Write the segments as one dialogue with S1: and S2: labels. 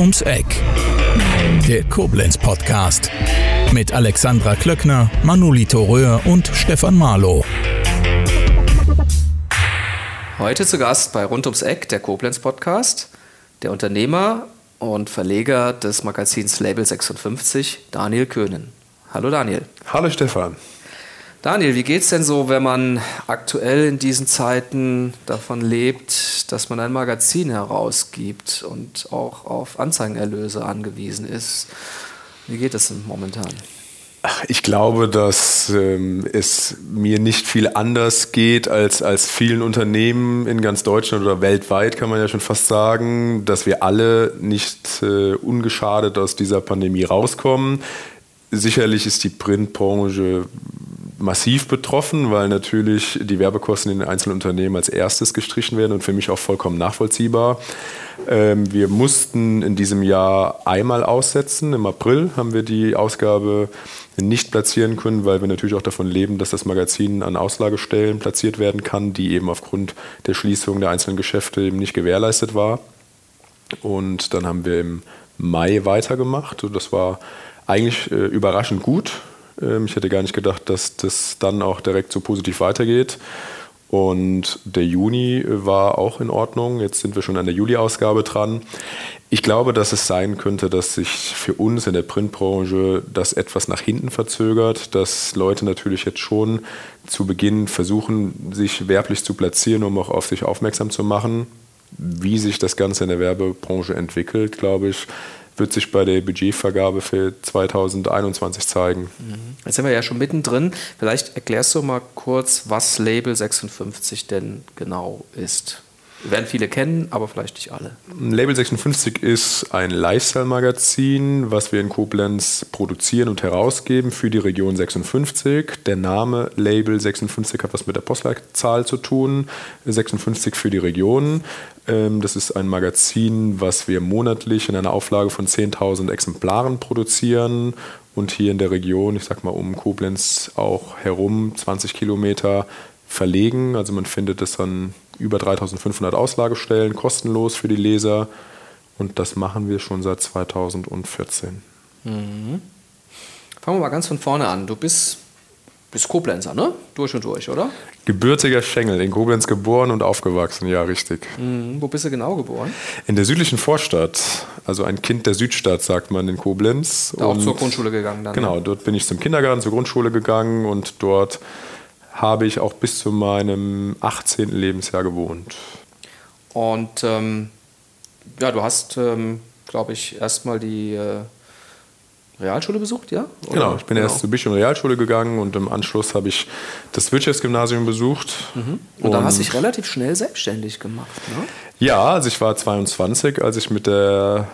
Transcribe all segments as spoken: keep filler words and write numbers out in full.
S1: ums Eck. Der Koblenz-Podcast mit Alexandra Klöckner, Manolito Röhr und Stefan Marlow.
S2: Heute zu Gast bei Rund ums Eck, der Koblenz-Podcast, der Unternehmer und Verleger des Magazins Label sechsundfünfzig, Daniel Köhnen. Hallo Daniel.
S3: Hallo Stefan.
S2: Daniel, wie geht's denn so, wenn man aktuell in diesen Zeiten davon lebt, dass man ein Magazin herausgibt und auch auf Anzeigenerlöse angewiesen ist? Wie geht es denn momentan?
S3: Ich glaube, dass ähm, es mir nicht viel anders geht als, als vielen Unternehmen in ganz Deutschland oder weltweit, kann man ja schon fast sagen, dass wir alle nicht äh, ungeschadet aus dieser Pandemie rauskommen. Sicherlich ist die Printbranche massiv betroffen, weil natürlich die Werbekosten in den einzelnen Unternehmen als erstes gestrichen werden und für mich auch vollkommen nachvollziehbar. Ähm, wir mussten in diesem Jahr einmal aussetzen. Im April haben wir die Ausgabe nicht platzieren können, weil wir natürlich auch davon leben, dass das Magazin an Auslagestellen platziert werden kann, die eben aufgrund der Schließung der einzelnen Geschäfte eben nicht gewährleistet war. Und dann haben wir im Mai weitergemacht und das war eigentlich äh, überraschend gut. Ähm, ich hätte gar nicht gedacht, dass das dann auch direkt so positiv weitergeht. Und der Juni war auch in Ordnung. Jetzt sind wir schon an der Juli-Ausgabe dran. Ich glaube, dass es sein könnte, dass sich für uns in der Printbranche das etwas nach hinten verzögert, dass Leute natürlich jetzt schon zu Beginn versuchen, sich werblich zu platzieren, um auch auf sich aufmerksam zu machen. Wie sich das Ganze in der Werbebranche entwickelt, glaube ich, wird sich bei der Budgetvergabe für zweitausendeinundzwanzig zeigen.
S2: Jetzt sind wir ja schon mittendrin. Vielleicht erklärst du mal kurz, was Label sechsundfünfzig denn genau ist. Wir werden viele kennen, aber vielleicht nicht alle.
S3: Label sechsundfünfzig ist ein Lifestyle-Magazin, was wir in Koblenz produzieren und herausgeben für die Region sechsundfünfzig. Der Name Label sechsundfünfzig hat was mit der Postleitzahl zu tun. sechsundfünfzig für die Region. Das ist ein Magazin, was wir monatlich in einer Auflage von zehntausend Exemplaren produzieren und hier in der Region, ich sag mal um Koblenz auch herum, zwanzig Kilometer verlegen. Also man findet es an über dreitausendfünfhundert Auslagestellen, kostenlos für die Leser. Und das machen wir schon seit zweitausendvierzehn.
S2: Mhm. Fangen wir mal ganz von vorne an. Du bist, bist Koblenzer, ne? Durch und durch, oder?
S3: Gebürtiger Schengel, in Koblenz geboren und aufgewachsen, ja, richtig.
S2: Mhm. Wo bist du genau geboren?
S3: In der südlichen Vorstadt, also ein Kind der Südstadt, sagt man in Koblenz.
S2: Da auch zur Grundschule gegangen dann?
S3: Genau, dort bin ich zum Kindergarten, zur Grundschule gegangen und dort habe ich auch bis zu meinem achtzehnten Lebensjahr gewohnt.
S2: Und ähm, ja, du hast, ähm, glaube ich, erstmal die äh, Realschule besucht, ja? Oder?
S3: Genau, ich bin
S2: genau.
S3: erst zur Bisch- und Realschule gegangen und im Anschluss habe ich das Wirtschaftsgymnasium besucht.
S2: Mhm. Und, und dann hast du dich relativ schnell selbstständig gemacht, ne?
S3: Ja, also ich war zweiundzwanzig, als ich mit der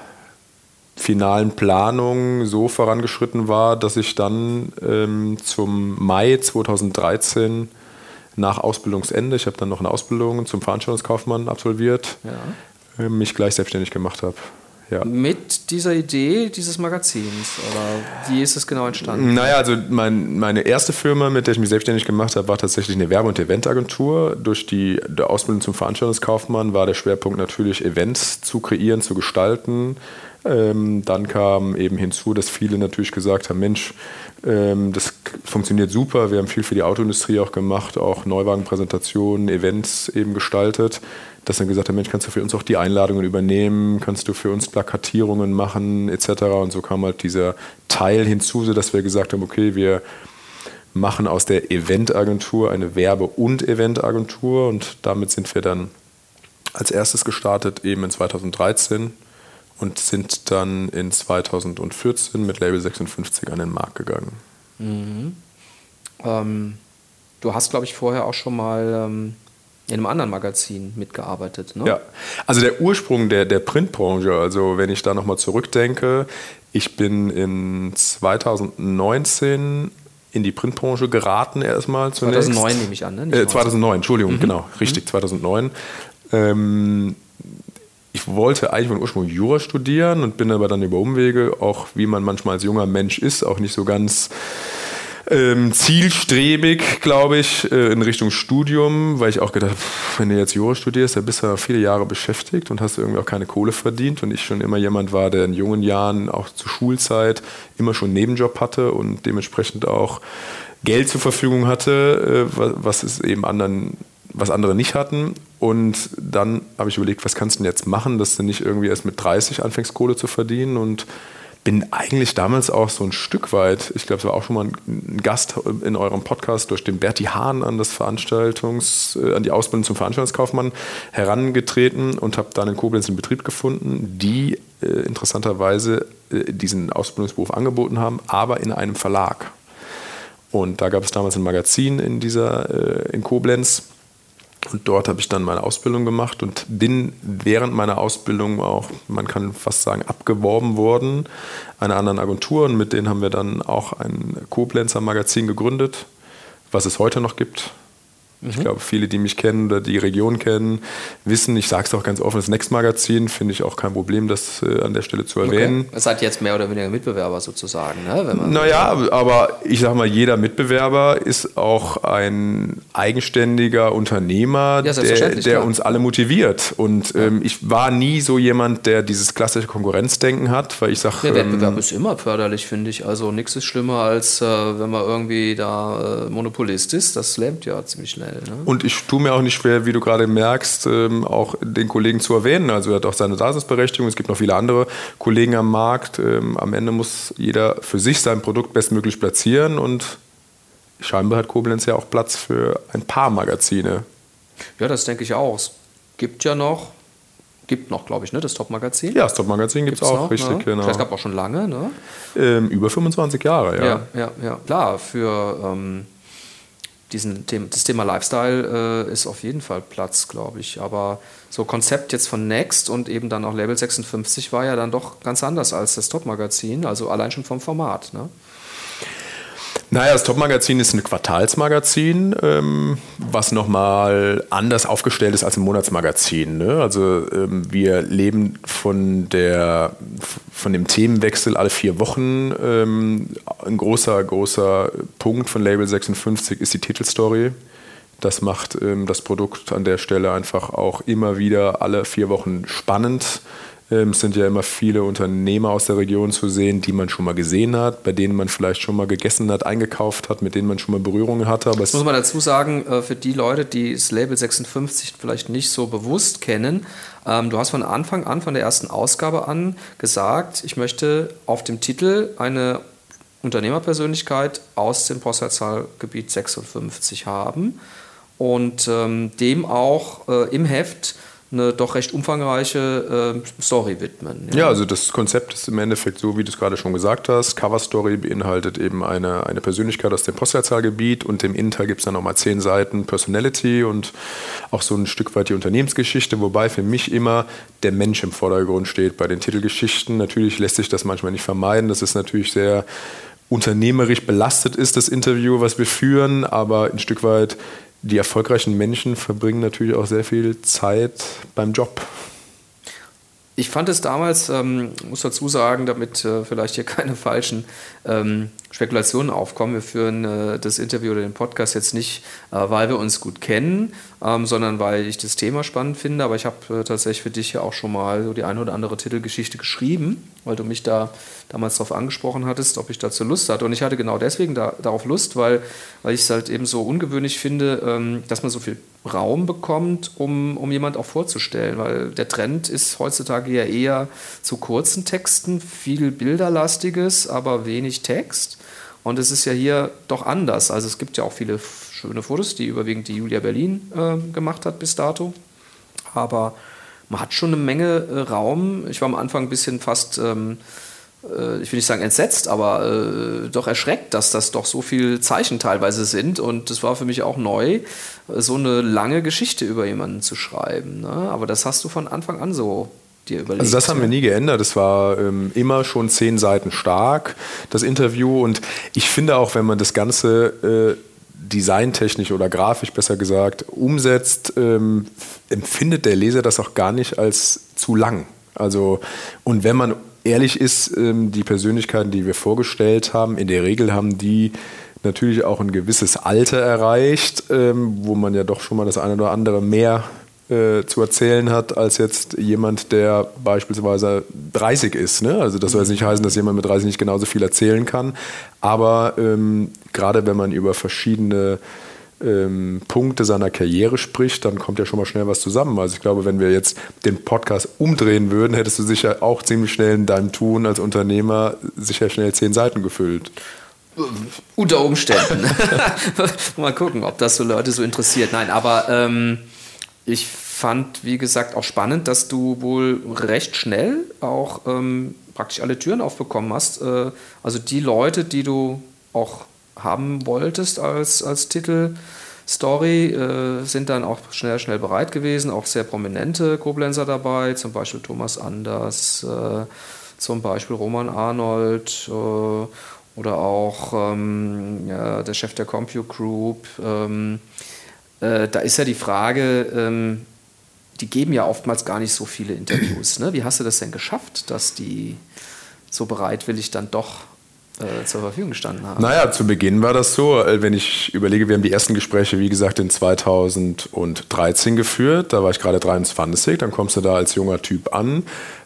S3: finalen Planung so vorangeschritten war, dass ich dann ähm, zum Mai zweitausenddreizehn nach Ausbildungsende, ich habe dann noch eine Ausbildung zum Veranstaltungskaufmann absolviert,
S2: ja.
S3: äh, mich gleich selbstständig gemacht habe. Ja.
S2: Mit dieser Idee dieses Magazins oder wie ist es genau entstanden?
S3: Naja, also mein, meine erste Firma, mit der ich mich selbstständig gemacht habe, war tatsächlich eine Werbe- und Eventagentur. Durch die der Ausbildung zum Veranstaltungskaufmann war der Schwerpunkt natürlich, Events zu kreieren, zu gestalten. Ähm, dann kam eben hinzu, dass viele natürlich gesagt haben, Mensch, ähm, das funktioniert super, wir haben viel für die Autoindustrie auch gemacht, auch Neuwagenpräsentationen, Events eben gestaltet, dass dann gesagt haben, Mensch, kannst du für uns auch die Einladungen übernehmen, kannst du für uns Plakatierungen machen et cetera. Und so kam halt dieser Teil hinzu, sodass wir gesagt haben, okay, wir machen aus der Eventagentur eine Werbe- und Eventagentur und damit sind wir dann als erstes gestartet, eben in zweitausenddreizehn. Und sind dann in zweitausendvierzehn mit Label sechsundfünfzig an den Markt gegangen.
S2: Mhm. Ähm, du hast, glaube ich, vorher auch schon mal ähm, in einem anderen Magazin mitgearbeitet, ne?
S3: Ja, also der Ursprung der, der Printbranche, also wenn ich da nochmal zurückdenke, ich bin in zweitausendneunzehn in die Printbranche geraten erstmal zunächst.
S2: zweitausendneun nehme ich an, ne? Nicht
S3: äh, zweitausendneun, Entschuldigung,
S2: mhm.
S3: genau, richtig,
S2: mhm.
S3: zweitausendneun. Ähm, Ich wollte eigentlich von Ursprung Jura studieren und bin aber dann über Umwege, auch wie man manchmal als junger Mensch ist, auch nicht so ganz Ähm, zielstrebig, glaube ich, äh, in Richtung Studium, weil ich auch gedacht habe, wenn du jetzt Jura studierst, dann bist du viele Jahre beschäftigt und hast irgendwie auch keine Kohle verdient. Und ich schon immer jemand war, der in jungen Jahren, auch zur Schulzeit, immer schon einen Nebenjob hatte und dementsprechend auch Geld zur Verfügung hatte, äh, was es eben anderen, was andere nicht hatten. Und dann habe ich überlegt, was kannst du denn jetzt machen, dass du nicht irgendwie erst mit dreißig anfängst, Kohle zu verdienen, und bin eigentlich damals auch so ein Stück weit, ich glaube, es war auch schon mal ein Gast in eurem Podcast, durch den Berti Hahn an das Veranstaltungs, an die Ausbildung zum Veranstaltungskaufmann herangetreten und habe dann in Koblenz einen Betrieb gefunden, die äh, interessanterweise äh, diesen Ausbildungsberuf angeboten haben, aber in einem Verlag. Und da gab es damals ein Magazin in dieser äh, in Koblenz. Und dort habe ich dann meine Ausbildung gemacht und bin während meiner Ausbildung auch, man kann fast sagen, abgeworben worden einer anderen Agentur. Und mit denen haben wir dann auch ein Koblenzer Magazin gegründet, was es heute noch gibt. Mhm. Ich glaube, viele, die mich kennen oder die Region kennen, wissen, ich sage es auch ganz offen, das Next Magazin, finde ich auch kein Problem, das äh, an der Stelle zu erwähnen.
S2: Okay. Ihr seid jetzt mehr oder weniger Mitbewerber sozusagen, ne? Wenn man
S3: naja, aber ich sage mal, jeder Mitbewerber ist auch ein eigenständiger Unternehmer, ja, der, der uns alle motiviert. Und ähm, ich war nie so jemand, der dieses klassische Konkurrenzdenken hat, weil ich sage...
S2: Der Wettbewerb ähm, ist immer förderlich, finde ich. Also nichts ist schlimmer, als äh, wenn man irgendwie da äh, Monopolist ist. Das lähmt ja ziemlich schnell. Ne?
S3: Und ich tue mir auch nicht schwer, wie du gerade merkst, ähm, auch den Kollegen zu erwähnen. Also er hat auch seine Daseinsberechtigung. Es gibt noch viele andere Kollegen am Markt. Ähm, am Ende muss jeder für sich sein Produkt bestmöglich platzieren, und scheinbar hat Koblenz ja auch Platz für ein paar Magazine.
S2: Ja, das denke ich auch. Es gibt ja noch, gibt noch, glaube ich, ne, das Top-Magazin.
S3: Ja, das Top-Magazin gibt es auch, noch, richtig,
S2: ne?
S3: genau.
S2: Das gab auch schon lange, ne?
S3: Ähm, über fünfundzwanzig Jahre, ja.
S2: Ja, ja, ja. Klar, für ähm, diesen, das Thema Lifestyle äh, ist auf jeden Fall Platz, glaube ich. Aber so Konzept jetzt von Next und eben dann auch Label sechsundfünfzig war ja dann doch ganz anders als das Top-Magazin, also allein schon vom Format, ne?
S3: Naja, das Top-Magazin ist ein Quartalsmagazin, ähm, was nochmal anders aufgestellt ist als ein Monatsmagazin. Ne? Also ähm, wir leben von, der, von dem Themenwechsel alle vier Wochen. Ähm, ein großer, großer Punkt von Label sechsundfünfzig ist die Titelstory. Das macht ähm, das Produkt an der Stelle einfach auch immer wieder alle vier Wochen spannend. Es sind ja immer viele Unternehmer aus der Region zu sehen, die man schon mal gesehen hat, bei denen man vielleicht schon mal gegessen hat, eingekauft hat, mit denen man schon mal Berührungen hatte. Aber
S2: das muss man dazu sagen, für die Leute, die das Label sechsundfünfzig vielleicht nicht so bewusst kennen, du hast von Anfang an, von der ersten Ausgabe an gesagt, ich möchte auf dem Titel eine Unternehmerpersönlichkeit aus dem Postleitzahlgebiet sechsundfünfzig haben und dem auch im Heft eine doch recht umfangreiche äh, Story widmen.
S3: Ja. ja, also das Konzept ist im Endeffekt so, wie du es gerade schon gesagt hast. Cover Story beinhaltet eben eine, eine Persönlichkeit aus dem Postleitzahlgebiet, und im Innenteil gibt es dann nochmal zehn Seiten Personality und auch so ein Stück weit die Unternehmensgeschichte, wobei für mich immer der Mensch im Vordergrund steht bei den Titelgeschichten. Natürlich lässt sich das manchmal nicht vermeiden, das ist natürlich sehr unternehmerisch belastet ist, das Interview, was wir führen, aber ein Stück weit die erfolgreichen Menschen verbringen natürlich auch sehr viel Zeit beim Job.
S2: Ich fand es damals, ähm, muss dazu sagen, damit äh, vielleicht hier keine falschen ähm, Spekulationen aufkommen. Wir führen äh, das Interview oder den Podcast jetzt nicht, äh, weil wir uns gut kennen, ähm, sondern weil ich das Thema spannend finde. Aber ich habe äh, tatsächlich für dich ja auch schon mal so die eine oder andere Titelgeschichte geschrieben, weil du mich da damals darauf angesprochen hattest, ob ich dazu Lust hatte. Und ich hatte genau deswegen da, darauf Lust, weil, weil ich es halt eben so ungewöhnlich finde, ähm, dass man so viel Raum bekommt, um, um jemand auch vorzustellen. Weil der Trend ist heutzutage ja eher zu kurzen Texten, viel Bilderlastiges, aber wenig Text. Und es ist ja hier doch anders. Also es gibt ja auch viele schöne Fotos, die überwiegend die Julia Berlin äh, gemacht hat bis dato. Aber man hat schon eine Menge äh, Raum. Ich war am Anfang ein bisschen fast, ähm, äh, ich will nicht sagen entsetzt, aber äh, doch erschreckt, dass das doch so viele Zeichen teilweise sind. Und das war für mich auch neu, so eine lange Geschichte über jemanden zu schreiben. Ne? Aber das hast du von Anfang an so dir überlegt.
S3: Also das haben wir nie geändert. Es war ähm, immer schon zehn Seiten stark, das Interview. Und ich finde auch, wenn man das Ganze äh, designtechnisch oder grafisch besser gesagt umsetzt, ähm, empfindet der Leser das auch gar nicht als zu lang. Also, und wenn man ehrlich ist, ähm, die Persönlichkeiten, die wir vorgestellt haben, in der Regel haben die natürlich auch ein gewisses Alter erreicht, ähm, wo man ja doch schon mal das eine oder andere mehr äh, zu erzählen hat, als jetzt jemand, der beispielsweise dreißig ist. Ne? Also das soll jetzt nicht heißen, dass jemand mit dreißig nicht genauso viel erzählen kann, aber ähm, gerade wenn man über verschiedene ähm, Punkte seiner Karriere spricht, dann kommt ja schon mal schnell was zusammen. Also ich glaube, wenn wir jetzt den Podcast umdrehen würden, hättest du sicher auch ziemlich schnell in deinem Tun als Unternehmer sicher schnell zehn Seiten gefüllt.
S2: Unter Umständen. Mal gucken, ob das so Leute so interessiert. Nein, aber ähm, ich fand, wie gesagt, auch spannend, dass du wohl recht schnell auch ähm, praktisch alle Türen aufbekommen hast. Äh, also die Leute, die du auch haben wolltest als, als Titelstory, äh, sind dann auch schnell, schnell bereit gewesen. Auch sehr prominente Koblenzer dabei, zum Beispiel Thomas Anders, äh, zum Beispiel Roman Arnold, äh, oder auch ähm, ja, der Chef der Compute Group. Ähm, äh, da ist ja die Frage, ähm, die geben ja oftmals gar nicht so viele Interviews. Ne? Wie hast du das denn geschafft, dass die so bereitwillig dann doch äh, zur Verfügung gestanden haben?
S3: Naja, zu Beginn war das so, wenn ich überlege, wir haben die ersten Gespräche, wie gesagt, in zweitausenddreizehn geführt. Da war ich gerade dreiundzwanzig, dann kommst du da als junger Typ an.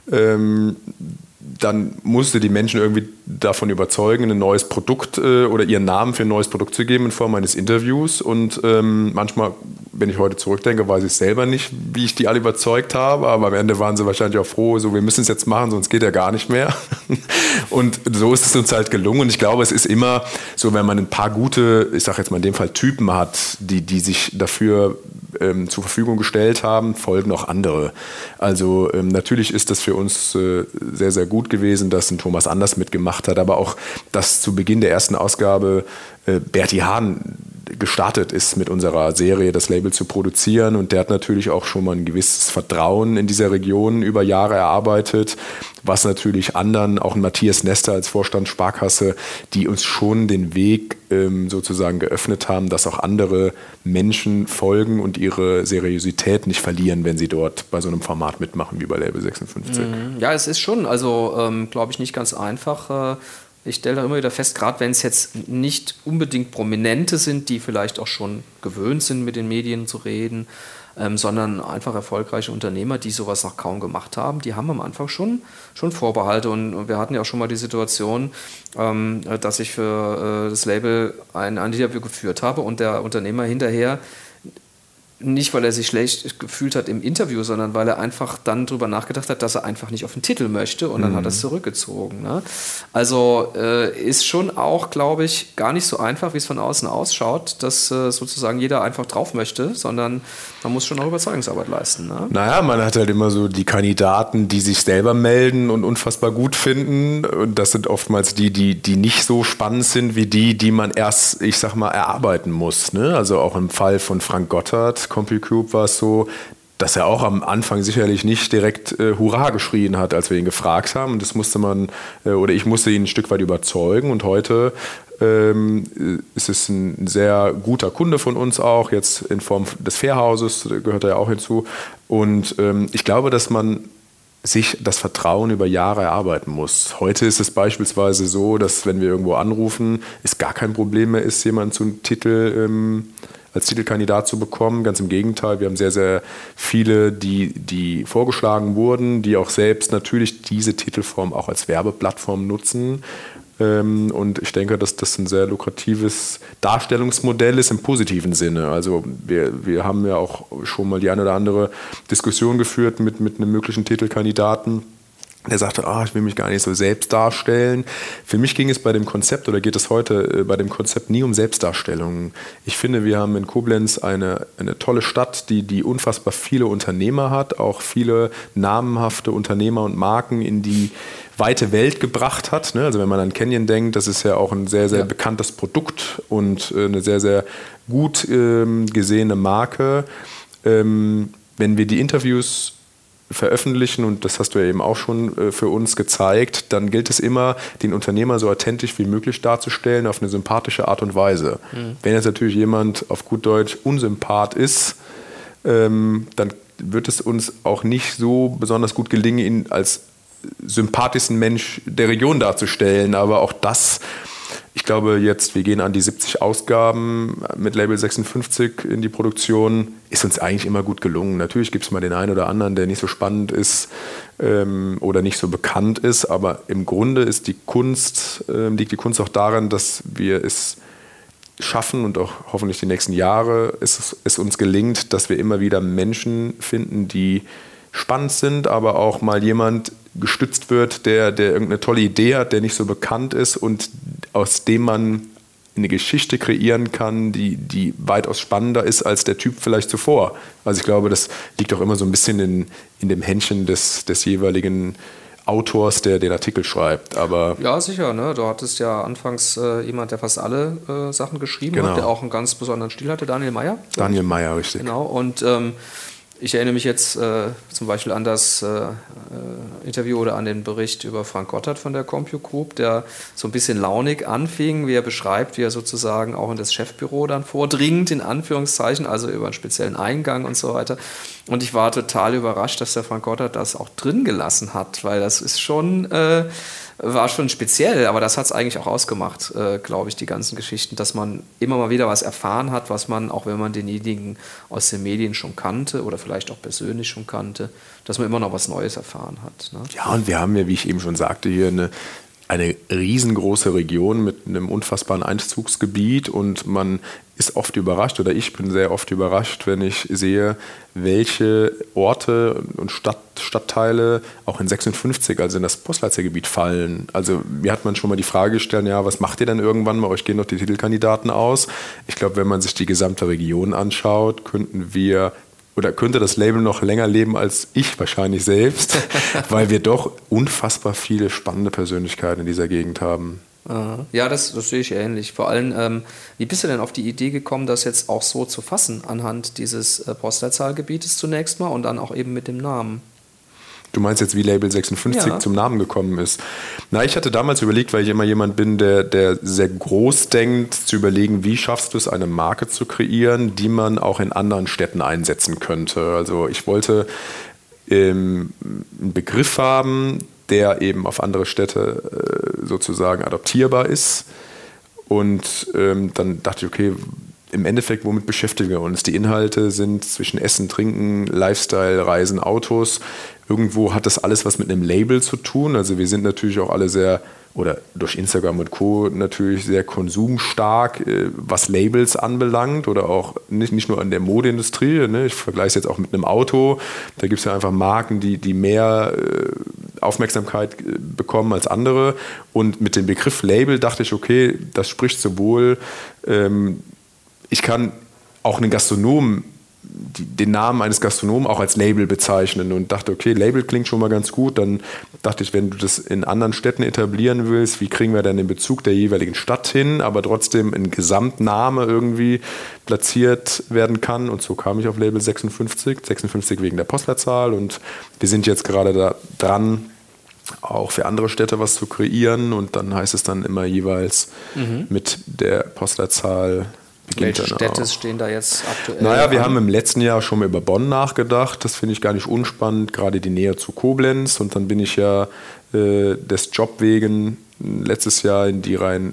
S3: Ähm, dann musste die Menschen irgendwie davon überzeugen, ein neues Produkt äh, oder ihren Namen für ein neues Produkt zu geben in Form eines Interviews. Und ähm, manchmal, wenn ich heute zurückdenke, weiß ich selber nicht, wie ich die alle überzeugt habe. Aber am Ende waren sie wahrscheinlich auch froh, so wir müssen es jetzt machen, sonst geht ja gar nicht mehr. Und so ist es uns halt gelungen. Und ich glaube, es ist immer so, wenn man ein paar gute, ich sage jetzt mal in dem Fall Typen hat, die, die sich dafür ähm, zur Verfügung gestellt haben, folgen auch andere. Also ähm, natürlich ist das für uns äh, sehr, sehr gut gewesen, dass ein Thomas Anders mitgemacht hat, aber auch, dass zu Beginn der ersten Ausgabe äh, Berti Hahn gestartet ist, mit unserer Serie das Label zu produzieren, und der hat natürlich auch schon mal ein gewisses Vertrauen in dieser Region über Jahre erarbeitet, was natürlich anderen, auch ein Matthias Nester als Vorstand Sparkasse, die uns schon den Weg ähm, sozusagen geöffnet haben, dass auch andere Menschen folgen und ihre Seriosität nicht verlieren, wenn sie dort bei so einem Format mitmachen wie bei Label sechsundfünfzig.
S2: Ja, es ist schon, also ähm, glaube ich, nicht ganz einfach. Äh Ich stelle da immer wieder fest, gerade wenn es jetzt nicht unbedingt Prominente sind, die vielleicht auch schon gewöhnt sind, mit den Medien zu reden, ähm, sondern einfach erfolgreiche Unternehmer, die sowas noch kaum gemacht haben, die haben am Anfang schon, schon Vorbehalte. Und, und wir hatten ja auch schon mal die Situation, ähm, dass ich für äh, das Label ein, ein Interview geführt habe und der Unternehmer hinterher, nicht, weil er sich schlecht gefühlt hat im Interview, sondern weil er einfach dann drüber nachgedacht hat, dass er einfach nicht auf den Titel möchte, und dann mhm. hat er es zurückgezogen. Ne? Also äh, ist schon auch, glaube ich, gar nicht so einfach, wie es von außen ausschaut, dass äh, sozusagen jeder einfach drauf möchte, sondern man muss schon auch Überzeugungsarbeit leisten. Ne?
S3: Naja, man hat halt immer so die Kandidaten, die sich selber melden und unfassbar gut finden, und das sind oftmals die, die, die nicht so spannend sind wie die, die man erst, ich sag mal, erarbeiten muss. Ne? Also auch im Fall von Frank Gotthard, Compute Group, war es so, dass er auch am Anfang sicherlich nicht direkt äh, Hurra geschrien hat, als wir ihn gefragt haben. Und das musste man, äh, oder ich musste ihn ein Stück weit überzeugen. Und heute ähm, ist es ein sehr guter Kunde von uns auch, jetzt in Form des Fairhauses, gehört er ja auch hinzu. Und ähm, ich glaube, dass man sich das Vertrauen über Jahre erarbeiten muss. Heute ist es beispielsweise so, dass wenn wir irgendwo anrufen, es gar kein Problem mehr ist, jemanden zum Titel ähm, als Titelkandidat zu bekommen. Ganz im Gegenteil, wir haben sehr, sehr viele, die, die vorgeschlagen wurden, die auch selbst natürlich diese Titelform auch als Werbeplattform nutzen. Und ich denke, dass das ein sehr lukratives Darstellungsmodell ist im positiven Sinne. Also wir, wir haben ja auch schon mal die eine oder andere Diskussion geführt mit, mit einem möglichen Titelkandidaten. Der sagte, ah, ich will mich gar nicht so selbst darstellen. Für mich ging es bei dem Konzept, oder geht es heute bei dem Konzept nie um Selbstdarstellung. Ich finde, wir haben in Koblenz eine, eine tolle Stadt, die, die unfassbar viele Unternehmer hat, auch viele namenhafte Unternehmer und Marken in die weite Welt gebracht hat. Also wenn man an Canyon denkt, das ist ja auch ein sehr, sehr ja. bekanntes Produkt und eine sehr, sehr gut ähm, gesehene Marke. Ähm, wenn wir die Interviews veröffentlichen, und das hast du ja eben auch schon äh, für uns gezeigt, dann gilt es immer, den Unternehmer so authentisch wie möglich darzustellen, auf eine sympathische Art und Weise. Mhm. Wenn jetzt natürlich jemand auf gut Deutsch unsympath ist, ähm, dann wird es uns auch nicht so besonders gut gelingen, ihn als sympathischsten Mensch der Region darzustellen. Aber auch das ich glaube jetzt, wir gehen an die siebzig Ausgaben mit Label sechsundfünfzig in die Produktion, ist uns eigentlich immer gut gelungen. Natürlich gibt es mal den einen oder anderen, der nicht so spannend ist ähm, oder nicht so bekannt ist, aber im Grunde ist die Kunst, äh, liegt die Kunst auch darin, dass wir es schaffen und auch hoffentlich die nächsten Jahre es, es uns gelingt, dass wir immer wieder Menschen finden, die spannend sind, aber auch mal jemand gestützt wird, der, der irgendeine tolle Idee hat, der nicht so bekannt ist und aus dem man eine Geschichte kreieren kann, die, die weitaus spannender ist als der Typ vielleicht zuvor. Also ich glaube, das liegt auch immer so ein bisschen in, in dem Händchen des, des jeweiligen Autors, der den Artikel schreibt. Aber
S2: ja, sicher. Ne? Du hattest ja anfangs äh, jemand, der fast alle äh, Sachen geschrieben
S3: genau.
S2: hat, der auch einen ganz besonderen Stil hatte, Daniel Meyer.
S3: Daniel Meyer, richtig.
S2: Genau, und ähm, ich erinnere mich jetzt äh, zum Beispiel an das äh, äh, Interview oder an den Bericht über Frank Gotthardt von der CompuGroup, der so ein bisschen launig anfing, wie er beschreibt, wie er sozusagen auch in das Chefbüro dann vordringt, in Anführungszeichen, also über einen speziellen Eingang und so weiter. Und ich war total überrascht, dass der Frank Gotthardt das auch drin gelassen hat, weil das ist schon... Äh, war schon speziell, aber das hat es eigentlich auch ausgemacht, äh, glaube ich, die ganzen Geschichten, dass man immer mal wieder was erfahren hat, was man, auch wenn man denjenigen aus den Medien schon kannte oder vielleicht auch persönlich schon kannte, dass man immer noch was Neues erfahren hat. Ne?
S3: Ja, und wir haben ja, wie ich eben schon sagte, hier eine, eine riesengroße Region mit einem unfassbaren Einzugsgebiet und man ist oft überrascht, oder ich bin sehr oft überrascht, wenn ich sehe, welche Orte und Stadt, Stadtteile auch in sechsundfünfzig, also in das Postleitzahlgebiet fallen. Also mir hat man schon mal die Frage gestellt, ja, was macht ihr denn irgendwann mal? Euch gehen doch die Titelkandidaten aus. Ich glaube, wenn man sich die gesamte Region anschaut, könnten wir oder könnte das Label noch länger leben als ich wahrscheinlich selbst, weil wir doch unfassbar viele spannende Persönlichkeiten in dieser Gegend haben.
S2: Ja, das, das sehe ich ähnlich. Vor allem, ähm, wie bist du denn auf die Idee gekommen, das jetzt auch so zu fassen, anhand dieses äh, Postleitzahlgebietes zunächst mal und dann auch eben mit dem Namen?
S3: Du meinst jetzt, wie Label sechsundfünfzig ja. zum Namen gekommen ist? Na, ich hatte damals überlegt, weil ich immer jemand bin, der, der sehr groß denkt, zu überlegen, wie schaffst du es, eine Marke zu kreieren, die man auch in anderen Städten einsetzen könnte. Also ich wollte ähm, einen Begriff haben, der eben auf andere Städte äh, sozusagen adoptierbar ist. Und ähm, dann dachte ich, okay, im Endeffekt, womit beschäftigen wir uns? Die Inhalte sind zwischen Essen, Trinken, Lifestyle, Reisen, Autos. Irgendwo hat das alles was mit einem Label zu tun. Also wir sind natürlich auch alle sehr, oder durch Instagram und Co. natürlich sehr konsumstark, was Labels anbelangt oder auch nicht, nicht nur an der Modeindustrie. Ne? Ich vergleiche es jetzt auch mit einem Auto. Da gibt es ja einfach Marken, die, die mehr Aufmerksamkeit bekommen als andere. Und mit dem Begriff Label dachte ich, okay, das spricht sowohl, ähm, ich kann auch einen Gastronomen, die, den Namen eines Gastronomen auch als Label bezeichnen und dachte, okay, Label klingt schon mal ganz gut. Dann dachte ich, wenn du das in anderen Städten etablieren willst, wie kriegen wir dann den Bezug der jeweiligen Stadt hin, aber trotzdem ein Gesamtname irgendwie platziert werden kann. Und so kam ich auf Label sechsundfünfzig, sechsundfünfzig wegen der Postleitzahl. Und wir sind jetzt gerade da dran, auch für andere Städte was zu kreieren. Und dann heißt es dann immer jeweils mhm. mit der Postleitzahl.
S2: Welche Städte auch. Stehen da jetzt aktuell?
S3: Naja, wir an? haben im letzten Jahr schon mal über Bonn nachgedacht. Das finde ich gar nicht unspannend, gerade die Nähe zu Koblenz. Und dann bin ich ja äh, des Job wegen letztes Jahr in die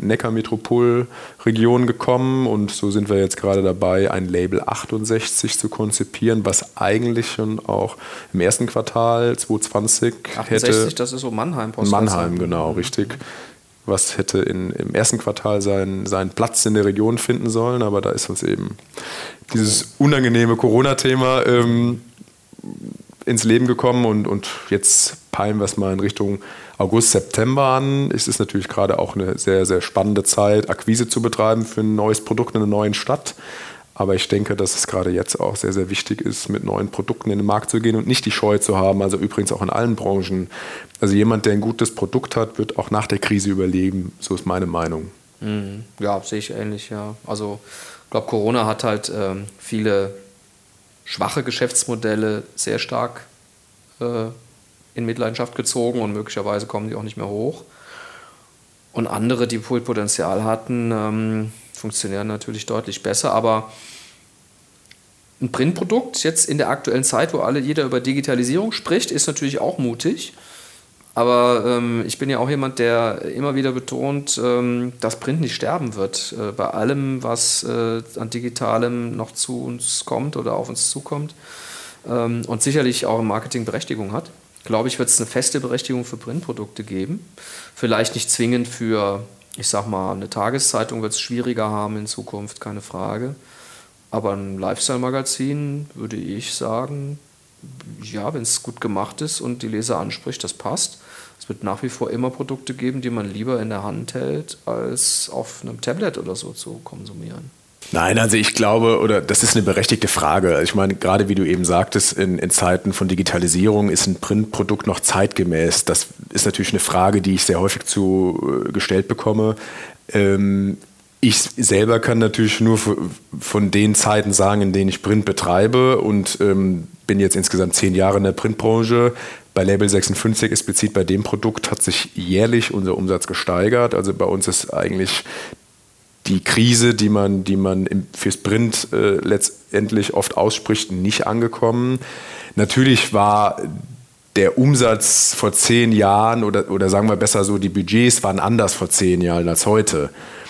S3: Rhein-Neckar-Metropolregion gekommen. Und so sind wir jetzt gerade dabei, ein Label achtundsechzig zu konzipieren, was eigentlich schon auch im ersten Quartal zwanzig zwanzig
S2: achtundsechzig,
S3: hätte.
S2: Das ist so Mannheim.
S3: Mannheim, genau, richtig. Was hätte in, im ersten Quartal seinen, seinen Platz in der Region finden sollen, aber da ist uns eben dieses unangenehme Corona-Thema ähm, ins Leben gekommen und, und jetzt peilen wir es mal in Richtung August, September an. Es ist natürlich gerade auch eine sehr, sehr spannende Zeit, Akquise zu betreiben für ein neues Produkt in einer neuen Stadt. Aber ich denke, dass es gerade jetzt auch sehr, sehr wichtig ist, mit neuen Produkten in den Markt zu gehen und nicht die Scheu zu haben. Also übrigens auch in allen Branchen. Also jemand, der ein gutes Produkt hat, wird auch nach der Krise überleben. So ist meine Meinung.
S2: Ja, sehe ich ähnlich, ja. Also ich glaube, Corona hat halt ähm, viele schwache Geschäftsmodelle sehr stark äh, in Mitleidenschaft gezogen und möglicherweise kommen die auch nicht mehr hoch. Und andere, die viel Potenzial hatten, ähm, funktionieren natürlich deutlich besser, aber ein Printprodukt jetzt in der aktuellen Zeit, wo alle jeder über Digitalisierung spricht, ist natürlich auch mutig, Aber ähm, ich bin ja auch jemand, der immer wieder betont, ähm, dass Print nicht sterben wird. Äh, bei allem, was äh, an Digitalem noch zu uns kommt oder auf uns zukommt ähm, und sicherlich auch im Marketing Berechtigung hat, glaube ich, wird es eine feste Berechtigung für Printprodukte geben. Vielleicht nicht zwingend für, ich sag mal, eine Tageszeitung wird es schwieriger haben in Zukunft, keine Frage. Aber ein Lifestyle-Magazin würde ich sagen, ja, wenn es gut gemacht ist und die Leser anspricht, das passt. Es wird nach wie vor immer Produkte geben, die man lieber in der Hand hält, als auf einem Tablet oder so zu konsumieren.
S3: Nein, also ich glaube, oder das ist eine berechtigte Frage. Ich meine, gerade wie du eben sagtest, in, in Zeiten von Digitalisierung ist ein Printprodukt noch zeitgemäß. Das ist natürlich eine Frage, die ich sehr häufig zu, äh, gestellt bekomme. Ähm, Ich selber kann natürlich nur von den Zeiten sagen, in denen ich Print betreibe und ähm, bin jetzt insgesamt zehn Jahre in der Printbranche. Bei Label sechsundfünfzig explizit bei dem Produkt hat sich jährlich unser Umsatz gesteigert. Also bei uns ist eigentlich die Krise, die man, die man im, fürs Print äh, letztendlich oft ausspricht, nicht angekommen. Natürlich war der Umsatz vor zehn Jahren oder, oder sagen wir besser so, die Budgets waren anders vor zehn Jahren als heute.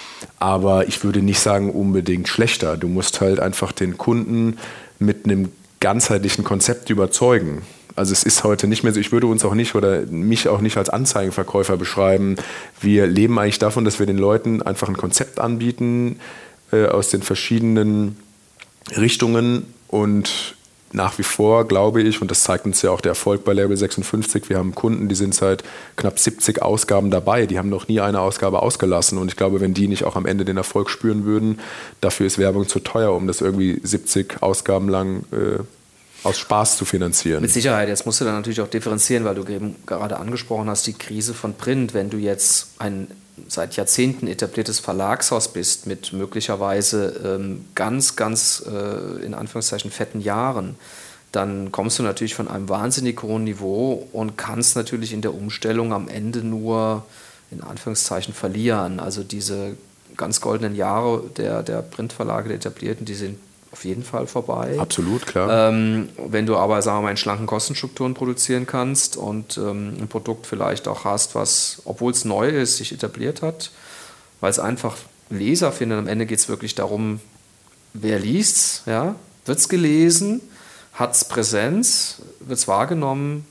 S3: Aber ich würde nicht sagen unbedingt schlechter. Du musst halt einfach den Kunden mit einem ganzheitlichen Konzept überzeugen. Also es ist heute nicht mehr so, ich würde uns auch nicht oder mich auch nicht als Anzeigenverkäufer beschreiben. Wir leben eigentlich davon, dass wir den Leuten einfach ein Konzept anbieten äh, aus den verschiedenen Richtungen und nach wie vor glaube ich, und das zeigt uns ja auch der Erfolg bei Label sechsundfünfzig, wir haben Kunden, die sind seit knapp siebzig Ausgaben dabei, die haben noch nie eine Ausgabe ausgelassen und ich glaube, wenn die nicht auch am Ende den Erfolg spüren würden, dafür ist Werbung zu teuer, um das irgendwie siebzig Ausgaben lang äh, aus Spaß zu finanzieren.
S2: Mit Sicherheit, jetzt musst du dann natürlich auch differenzieren, weil du eben gerade angesprochen hast, die Krise von Print, wenn du jetzt ein seit Jahrzehnten etabliertes Verlagshaus bist mit möglicherweise ähm, ganz, ganz äh, in Anführungszeichen fetten Jahren, dann kommst du natürlich von einem wahnsinnig hohen Niveau und kannst natürlich in der Umstellung am Ende nur in Anführungszeichen verlieren. Also diese ganz goldenen Jahre der, der Printverlage, der etablierten, die sind auf jeden Fall vorbei.
S3: Absolut, klar.
S2: Ähm, wenn du aber, sagen wir mal, in schlanken Kostenstrukturen produzieren kannst und ähm, ein Produkt vielleicht auch hast, was, obwohl es neu ist, sich etabliert hat, weil es einfach Leser findet. Am Ende geht es wirklich darum, wer liest's, ja? Wird es gelesen, hat es Präsenz, wird es wahrgenommen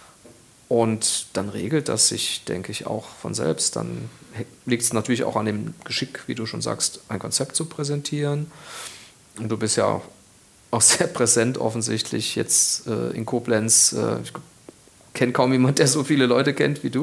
S2: und dann regelt das sich, denke ich, auch von selbst. Dann liegt es natürlich auch an dem Geschick, wie du schon sagst, ein Konzept zu präsentieren. Und du bist ja auch, auch sehr präsent offensichtlich jetzt äh, in Koblenz. Äh, ich kenne kaum jemanden, der so viele Leute kennt wie du.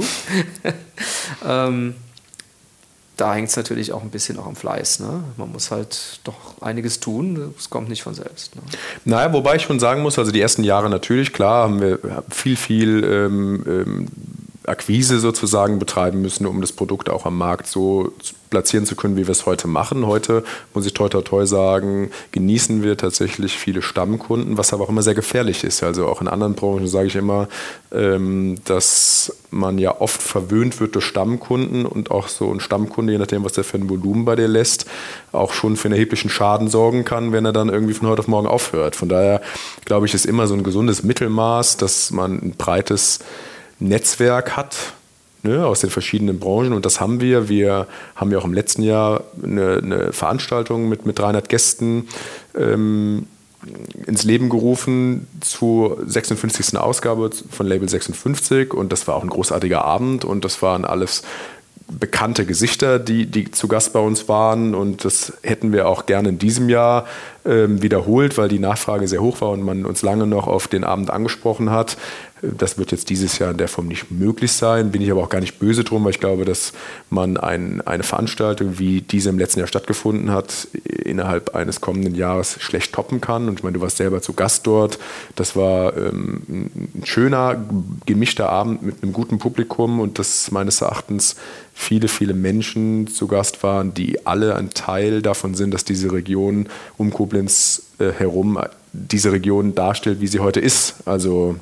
S2: ähm, da hängt es natürlich auch ein bisschen auch am Fleiß. Ne? Man muss halt doch einiges tun, es kommt nicht von selbst. Ne?
S3: Naja, wobei ich schon sagen muss, also die ersten Jahre natürlich, klar, haben wir viel, viel ähm, ähm, Akquise sozusagen betreiben müssen, um das Produkt auch am Markt so platzieren zu können, wie wir es heute machen. Heute, muss ich toi toi toi sagen, genießen wir tatsächlich viele Stammkunden, was aber auch immer sehr gefährlich ist. Also auch in anderen Branchen sage ich immer, ähm, dass man ja oft verwöhnt wird durch Stammkunden und auch so ein Stammkunde, je nachdem, was der für ein Volumen bei dir lässt, auch schon für einen erheblichen Schaden sorgen kann, wenn er dann irgendwie von heute auf morgen aufhört. Von daher glaube ich, ist immer so ein gesundes Mittelmaß, dass man ein breites Netzwerk hat, ne, aus den verschiedenen Branchen und das haben wir. Wir haben ja auch im letzten Jahr eine, eine Veranstaltung mit, mit dreihundert Gästen ähm, ins Leben gerufen zur sechsundfünfzigsten Ausgabe von Label sechsundfünfzig und das war auch ein großartiger Abend und das waren alles bekannte Gesichter, die, die zu Gast bei uns waren und das hätten wir auch gerne in diesem Jahr ähm, wiederholt, weil die Nachfrage sehr hoch war und man uns lange noch auf den Abend angesprochen hat. Das wird jetzt dieses Jahr in der Form nicht möglich sein, bin ich aber auch gar nicht böse drum, weil ich glaube, dass man ein, eine Veranstaltung, wie diese im letzten Jahr stattgefunden hat, innerhalb eines kommenden Jahres schlecht toppen kann. Und ich meine, du warst selber zu Gast dort. Das war ähm, ein schöner, gemischter Abend mit einem guten Publikum und dass meines Erachtens viele, viele Menschen zu Gast waren, die alle ein Teil davon sind, dass diese Region um Koblenz äh, herum diese Region darstellt, wie sie heute ist. Also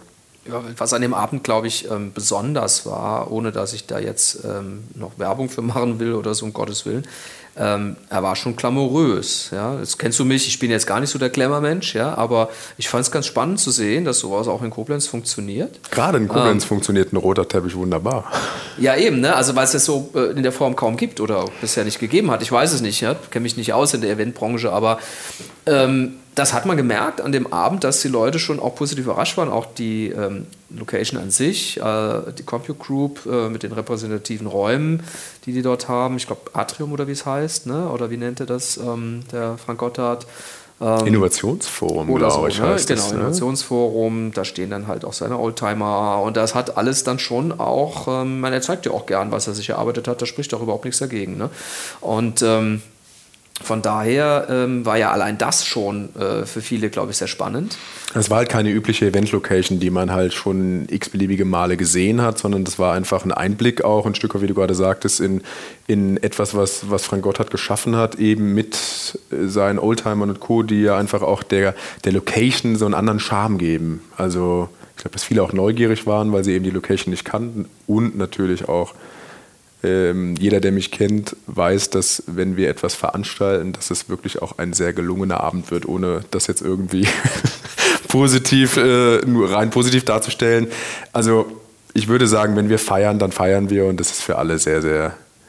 S2: Ja, was an dem Abend, glaube ich, ähm, besonders war, ohne dass ich da jetzt ähm, noch Werbung für machen will oder so, um Gottes Willen, ähm, er war schon glamourös. Ja? Das kennst du mich, ich bin jetzt gar nicht so der Glamour-Mensch, ja? Aber ich fand es ganz spannend zu sehen, dass sowas auch in Koblenz funktioniert.
S3: Gerade in Koblenz
S2: ähm,
S3: funktioniert ein roter Teppich wunderbar.
S2: Ja, eben, ne? Also weil es das so äh, in der Form kaum gibt oder bisher nicht gegeben hat. Ich weiß es nicht, ja? Kenne mich nicht aus in der Eventbranche, aber ähm, das hat man gemerkt an dem Abend, dass die Leute schon auch positiv überrascht waren, auch die ähm, Location an sich, äh, die Compute Group äh, mit den repräsentativen Räumen, die die dort haben. Ich glaube Atrium oder wie es heißt, ne? Oder wie nennt er das, ähm, der Frank Gotthard? Ähm,
S3: Innovationsforum,
S2: oder
S3: glaube
S2: so,
S3: ich,
S2: ne?
S3: heißt
S2: Genau,
S3: das, ne?
S2: Innovationsforum, da stehen dann halt auch seine Oldtimer und das hat alles dann schon auch, ähm, man, er zeigt ja auch gern, was er sich erarbeitet hat, da spricht auch überhaupt nichts dagegen. Ne? Und ähm, von daher ähm, war ja allein das schon äh, für viele, glaube ich, sehr spannend.
S3: Es war halt keine übliche Event-Location, die man halt schon x-beliebige Male gesehen hat, sondern das war einfach ein Einblick auch, ein Stück, wie du gerade sagtest, in, in etwas, was, was Frank Gotthard geschaffen hat, eben mit seinen Oldtimern und Co., die ja einfach auch der, der Location so einen anderen Charme geben. Also ich glaube, dass viele auch neugierig waren, weil sie eben die Location nicht kannten und natürlich auch jeder, der mich kennt, weiß, dass wenn wir etwas veranstalten, dass es wirklich auch ein sehr gelungener Abend wird, ohne das jetzt irgendwie positiv, äh, nur rein positiv darzustellen. Also ich würde sagen, wenn wir feiern, dann feiern wir und das ist für alle sehr, sehr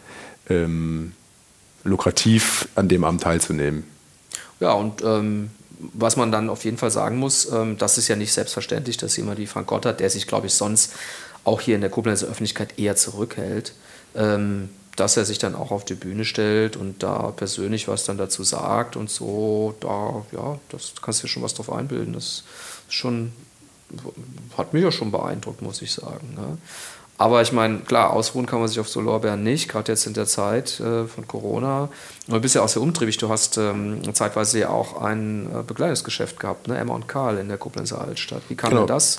S3: ähm, lukrativ, an dem Abend teilzunehmen.
S2: Ja, und ähm, was man dann auf jeden Fall sagen muss, ähm, das ist ja nicht selbstverständlich, dass jemand wie Frank Gotthard, der sich, glaube ich, sonst auch hier in der Koblenzer Öffentlichkeit eher zurückhält, ähm, dass er sich dann auch auf die Bühne stellt und da persönlich was dann dazu sagt und so, da, ja, das kannst du dir schon was drauf einbilden. Das ist schon, hat mich ja schon beeindruckt, muss ich sagen. Ne? Aber ich meine, klar, ausruhen kann man sich auf so Lorbeeren nicht, gerade jetzt in der Zeit äh, von Corona. Du bist ja auch sehr umtriebig, du hast ähm, zeitweise ja auch ein äh, Bekleidungsgeschäft gehabt, ne? Emma und Karl in der Koblenzer Altstadt. Wie kam
S3: genau.
S2: denn das?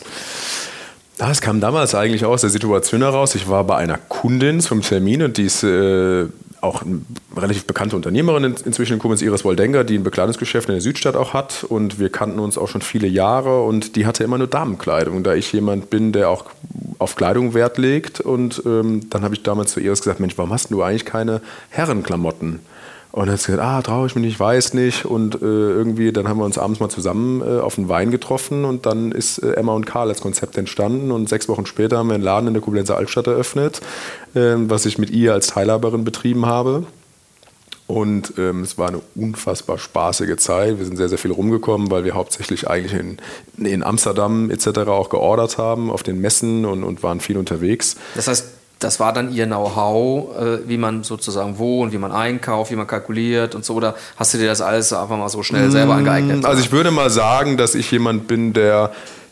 S3: Das kam damals eigentlich aus der Situation heraus. Ich war bei einer Kundin zum Termin und die ist äh, auch eine relativ bekannte Unternehmerin in, inzwischen in Koblenz, Iris Woldenga, die ein Bekleidungsgeschäft in der Südstadt auch hat und wir kannten uns auch schon viele Jahre und die hatte immer nur Damenkleidung, da ich jemand bin, der auch auf Kleidung Wert legt und ähm, dann habe ich damals zu Iris gesagt, Mensch, warum hast du eigentlich keine Herrenklamotten? Und dann hat sie gesagt, ah, traue ich mich nicht, weiß nicht. Und äh, irgendwie, dann haben wir uns abends mal zusammen äh, auf einen Wein getroffen und dann ist äh, Emma und Karl als Konzept entstanden. Und sechs Wochen später haben wir einen Laden in der Koblenzer Altstadt eröffnet, äh, was ich mit ihr als Teilhaberin betrieben habe. Und ähm, es war eine unfassbar spaßige Zeit. Wir sind sehr, sehr viel rumgekommen, weil wir hauptsächlich eigentlich in, in Amsterdam et cetera auch geordert haben, auf den Messen und, und waren viel unterwegs.
S2: Das heißt, das war dann ihr Know-how, äh, wie man sozusagen wohnt, wie man einkauft, wie man kalkuliert und so, oder hast du dir das alles einfach mal so schnell selber angeeignet?
S3: Also ich würde mal sagen, dass ich jemand bin, der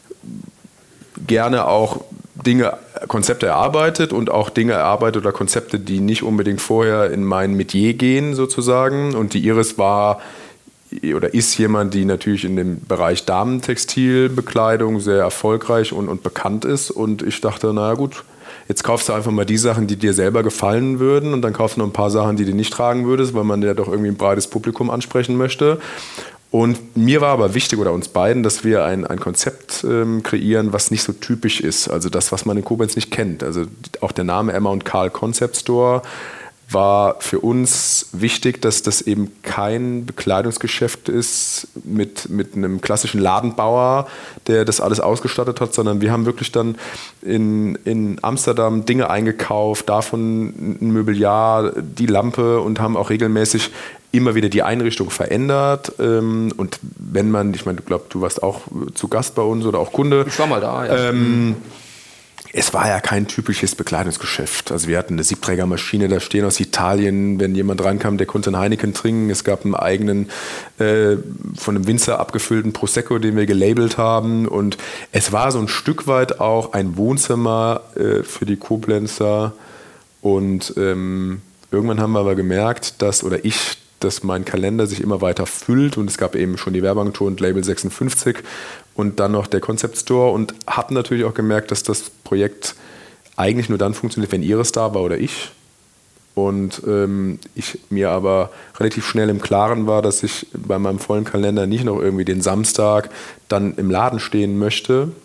S3: gerne auch Dinge, Konzepte erarbeitet und auch Dinge erarbeitet oder Konzepte, die nicht unbedingt vorher in mein Metier gehen sozusagen. Und die Iris war oder ist jemand, die natürlich in dem Bereich Damentextilbekleidung sehr erfolgreich und, und bekannt ist. Und ich dachte, naja gut, jetzt kaufst du einfach mal die Sachen, die dir selber gefallen würden und dann kaufst du noch ein paar Sachen, die du nicht tragen würdest, weil man ja doch irgendwie ein breites Publikum ansprechen möchte. Und mir war aber wichtig, oder uns beiden, dass wir ein, ein Konzept ähm, kreieren, was nicht so typisch ist. Also das, was man in Koblenz nicht kennt. Also auch der Name Emma und Karl Concept Store war für uns wichtig, dass das eben kein Bekleidungsgeschäft ist mit, mit einem klassischen Ladenbauer, der das alles ausgestattet hat, sondern wir haben wirklich dann in, in Amsterdam Dinge eingekauft, davon ein Mobiliar, die Lampe und haben auch regelmäßig immer wieder die Einrichtung verändert. Und wenn man, ich meine, du glaubst, du warst auch zu Gast bei uns oder auch Kunde.
S2: Ich war mal da, ja.
S3: Ähm, Es war ja kein typisches Bekleidungsgeschäft. Also wir hatten eine Siebträgermaschine da stehen aus Italien. Wenn jemand reinkam, der konnte einen Heineken trinken. Es gab einen eigenen, äh, von einem Winzer abgefüllten Prosecco, den wir gelabelt haben. Und es war so ein Stück weit auch ein Wohnzimmer äh, für die Koblenzer. Und ähm, irgendwann haben wir aber gemerkt, dass, oder ich, dass mein Kalender sich immer weiter füllt. Und es gab eben schon die Werbeagentur und Label sechsundfünfzig. Und dann noch der Concept Store und habe natürlich auch gemerkt, dass das Projekt eigentlich nur dann funktioniert, wenn Iris da war oder ich. Und ähm, ich mir aber relativ schnell im Klaren war, dass ich bei meinem vollen Kalender nicht noch irgendwie den Samstag dann im Laden stehen möchte.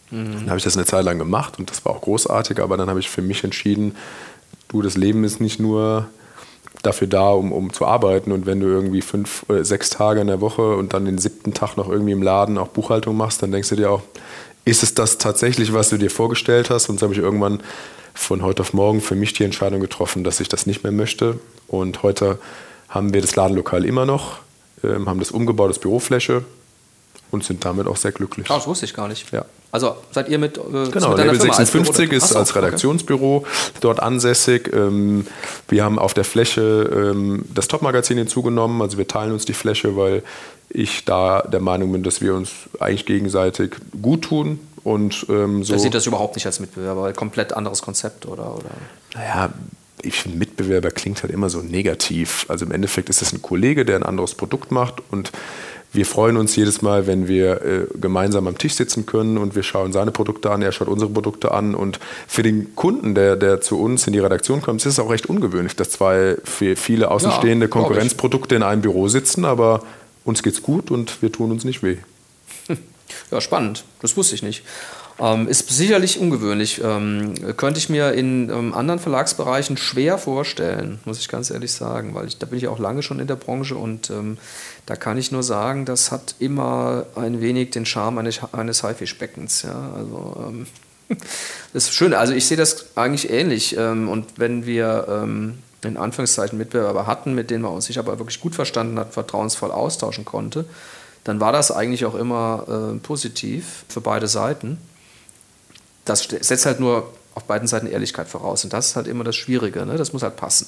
S3: Mhm. Dann habe ich das eine Zeit lang gemacht und das war auch großartig, aber dann habe ich für mich entschieden, du, das Leben ist nicht nur dafür da, um, um zu arbeiten, und wenn du irgendwie fünf oder sechs Tage in der Woche und dann den siebten Tag noch irgendwie im Laden auch Buchhaltung machst, dann denkst du dir auch, ist es das tatsächlich, was du dir vorgestellt hast? Und so habe ich irgendwann von heute auf morgen für mich die Entscheidung getroffen, dass ich das nicht mehr möchte. Und heute haben wir das Ladenlokal immer noch, ähm, haben das umgebaut, das Bürofläche, und sind damit auch sehr glücklich.
S2: Oh, das wusste ich gar nicht.
S3: Ja.
S2: Also seid ihr mit äh,
S3: Genau,
S2: mit
S3: Label
S2: Firma
S3: sechsundfünfzig
S2: als
S3: ist als Redaktionsbüro okay. dort ansässig. Ähm, wir haben auf der Fläche ähm, das Top-Magazin hinzugenommen. Also wir teilen uns die Fläche, weil ich da der Meinung bin, dass wir uns eigentlich gegenseitig gut tun. Und, ähm, so.
S2: Er sieht das überhaupt nicht als Mitbewerber, weil komplett anderes Konzept, oder? oder?
S3: Naja, ich finde, Mitbewerber klingt halt immer so negativ. Also im Endeffekt ist es ein Kollege, der ein anderes Produkt macht, und wir freuen uns jedes Mal, wenn wir äh, gemeinsam am Tisch sitzen können und wir schauen seine Produkte an, er schaut unsere Produkte an. Und für den Kunden, der, der zu uns in die Redaktion kommt, ist es auch recht ungewöhnlich, dass zwei für viele außenstehende ja, Konkurrenzprodukte in einem Büro sitzen, aber uns geht's gut und wir tun uns nicht weh.
S2: Ja, spannend. Das wusste ich nicht. Ähm, ist sicherlich ungewöhnlich. Ähm, könnte ich mir in ähm, anderen Verlagsbereichen schwer vorstellen, muss ich ganz ehrlich sagen, weil ich, da bin ich auch lange schon in der Branche, und ähm, da kann ich nur sagen, das hat immer ein wenig den Charme eines, eines Haifischbeckens. Ja? Also, ähm, das ist schön. Also ich sehe das eigentlich ähnlich. Ähm, und wenn wir ähm, in Anführungszeichen Mitbewerber hatten, mit denen man uns sich aber wirklich gut verstanden hat, vertrauensvoll austauschen konnte, dann war das eigentlich auch immer äh, positiv für beide Seiten. Das setzt halt nur auf beiden Seiten Ehrlichkeit voraus. Und das ist halt immer das Schwierige. Ne? Das muss halt passen.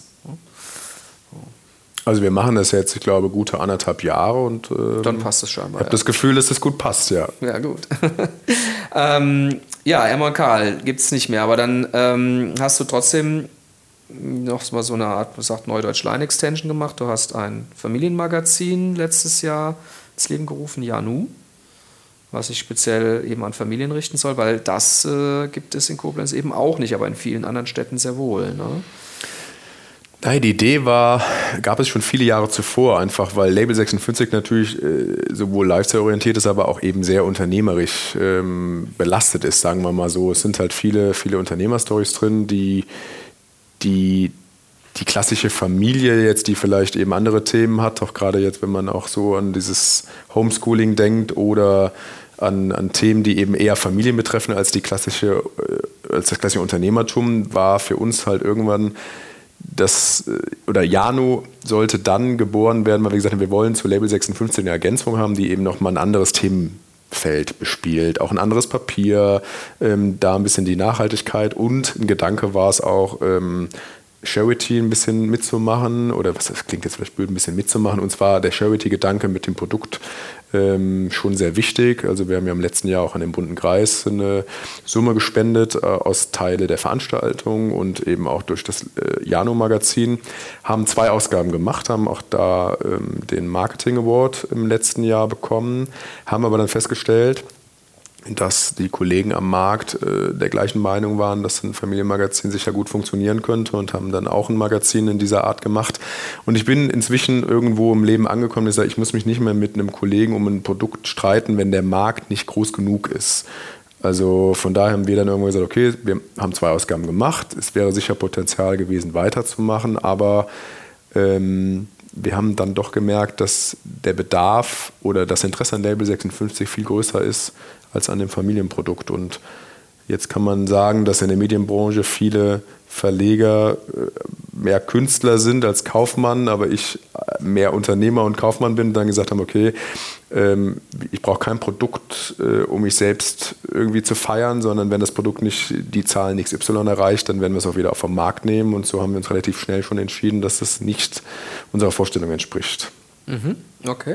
S3: Also wir machen das jetzt, ich glaube, gute anderthalb Jahre. Und ähm,
S2: dann passt es scheinbar.
S3: Ich habe ja. das Gefühl, dass das gut passt, ja.
S2: Ja, gut. ähm, ja, Emma und Karl gibt es nicht mehr. Aber dann ähm, hast du trotzdem noch mal so eine Art, man sagt Neudeutsch Line-Extension gemacht. Du hast ein Familienmagazin letztes Jahr ins Leben gerufen, Janu, was sich speziell eben an Familien richten soll, weil das äh, gibt es in Koblenz eben auch nicht, aber in vielen anderen Städten sehr wohl. Ne?
S3: Nein, die Idee war, gab es schon viele Jahre zuvor, einfach weil Label sechsundfünfzig natürlich äh, sowohl lifestyle-orientiert ist, aber auch eben sehr unternehmerisch ähm, belastet ist, sagen wir mal so. Es sind halt viele, viele Unternehmerstories drin, die die die klassische Familie jetzt, die vielleicht eben andere Themen hat, auch gerade jetzt, wenn man auch so an dieses Homeschooling denkt oder an, an Themen, die eben eher Familien betreffen als die klassische, als das klassische Unternehmertum, war für uns halt irgendwann das, oder Janu sollte dann geboren werden, weil wir gesagt haben, wir wollen zu Label sechsundfünfzig eine Ergänzung haben, die eben nochmal ein anderes Themenfeld bespielt, auch ein anderes Papier, ähm, da ein bisschen die Nachhaltigkeit, und ein Gedanke war es auch, ähm, Charity ein bisschen mitzumachen, oder was das klingt jetzt vielleicht blöd, ein bisschen mitzumachen. Und zwar der Charity-Gedanke mit dem Produkt ähm, schon sehr wichtig. Also wir haben ja im letzten Jahr auch an den Bunten Kreis eine Summe gespendet äh, aus Teile der Veranstaltung und eben auch durch das äh, Janu-Magazin. Haben zwei Ausgaben gemacht, haben auch da ähm, den Marketing Award im letzten Jahr bekommen, haben aber dann festgestellt, dass die Kollegen am Markt äh, der gleichen Meinung waren, dass ein Familienmagazin sicher gut funktionieren könnte, und haben dann auch ein Magazin in dieser Art gemacht. Und ich bin inzwischen irgendwo im Leben angekommen, dass ich sage, ich muss mich nicht mehr mit einem Kollegen um ein Produkt streiten, wenn der Markt nicht groß genug ist. Also von daher haben wir dann irgendwann gesagt, okay, wir haben zwei Ausgaben gemacht. Es wäre sicher Potenzial gewesen, weiterzumachen, aber ähm, wir haben dann doch gemerkt, dass der Bedarf oder das Interesse an Label sechsundfünfzig viel größer ist als an dem Familienprodukt. Und jetzt kann man sagen, dass in der Medienbranche viele Verleger mehr Künstler sind als Kaufmann, aber ich mehr Unternehmer und Kaufmann bin und dann gesagt haben, okay, ich brauche kein Produkt, um mich selbst irgendwie zu feiern, sondern wenn das Produkt nicht die Zahlen X Y erreicht, dann werden wir es auch wieder auf den Markt nehmen, und so haben wir uns relativ schnell schon entschieden, dass das nicht unserer Vorstellung entspricht.
S2: Mhm, okay.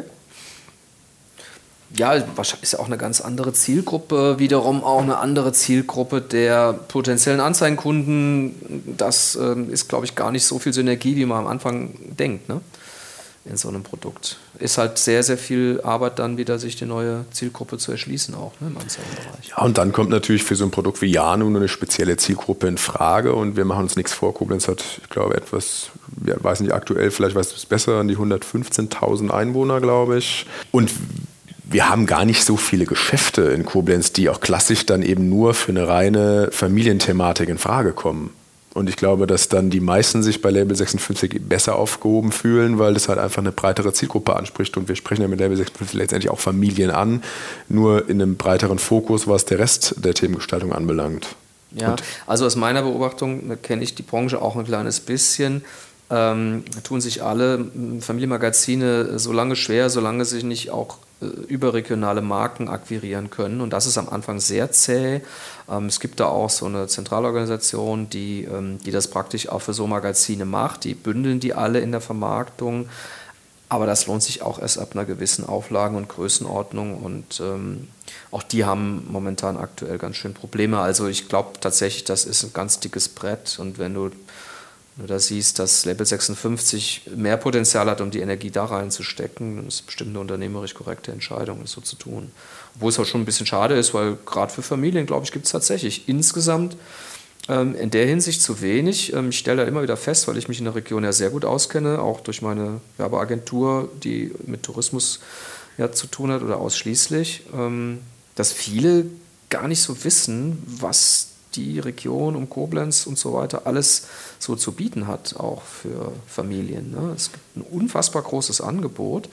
S2: Ja, wahrscheinlich ist ja auch eine ganz andere Zielgruppe, wiederum auch eine andere Zielgruppe der potenziellen Anzeigenkunden. Das ähm, ist, glaube ich, gar nicht so viel Synergie, wie man am Anfang denkt, ne? In so einem Produkt. Ist halt sehr, sehr viel Arbeit dann wieder, sich die neue Zielgruppe zu erschließen auch, ne, im Anzeigenbereich.
S3: Ja, und dann kommt natürlich für so ein Produkt wie Janu eine spezielle Zielgruppe in Frage, und wir machen uns nichts vor. Koblenz hat, ich glaube, etwas, ja, weiß nicht, aktuell, vielleicht weißt du es besser, an die hundertfünfzehntausend Einwohner, glaube ich. Und wir haben gar nicht so viele Geschäfte in Koblenz, die auch klassisch dann eben nur für eine reine Familienthematik in Frage kommen. Und ich glaube, dass dann die meisten sich bei Label sechsundfünfzig besser aufgehoben fühlen, weil das halt einfach eine breitere Zielgruppe anspricht. Und wir sprechen ja mit Label sechsundfünfzig letztendlich auch Familien an, nur in einem breiteren Fokus, was der Rest der Themengestaltung anbelangt.
S2: Ja,
S3: Und
S2: also aus meiner Beobachtung, da kenne ich die Branche auch ein kleines bisschen, ähm, tun sich alle Familienmagazine so lange schwer, solange sich nicht auch äh, überregionale Marken akquirieren können. Und das ist am Anfang sehr zäh. Ähm, es gibt da auch so eine Zentralorganisation, die, ähm, die das praktisch auch für so Magazine macht. Die bündeln die alle in der Vermarktung. Aber das lohnt sich auch erst ab einer gewissen Auflagen- und Größenordnung. Und ähm, auch die haben momentan aktuell ganz schön Probleme. Also ich glaube tatsächlich, das ist ein ganz dickes Brett. Und wenn du Wenn du da siehst, dass Label sechsundfünfzig mehr Potenzial hat, um die Energie da reinzustecken, dann ist es bestimmt eine unternehmerisch korrekte Entscheidung, das so zu tun. Obwohl es auch schon ein bisschen schade ist, weil gerade für Familien, glaube ich, gibt es tatsächlich insgesamt ähm, in der Hinsicht zu wenig. Ähm, ich stelle da immer wieder fest, weil ich mich in der Region ja sehr gut auskenne, auch durch meine Werbeagentur, die mit Tourismus ja zu tun hat oder ausschließlich, ähm, dass viele gar nicht so wissen, was die Region um Koblenz und so weiter alles so zu bieten hat, auch für Familien. Ne? Es gibt ein unfassbar großes Angebot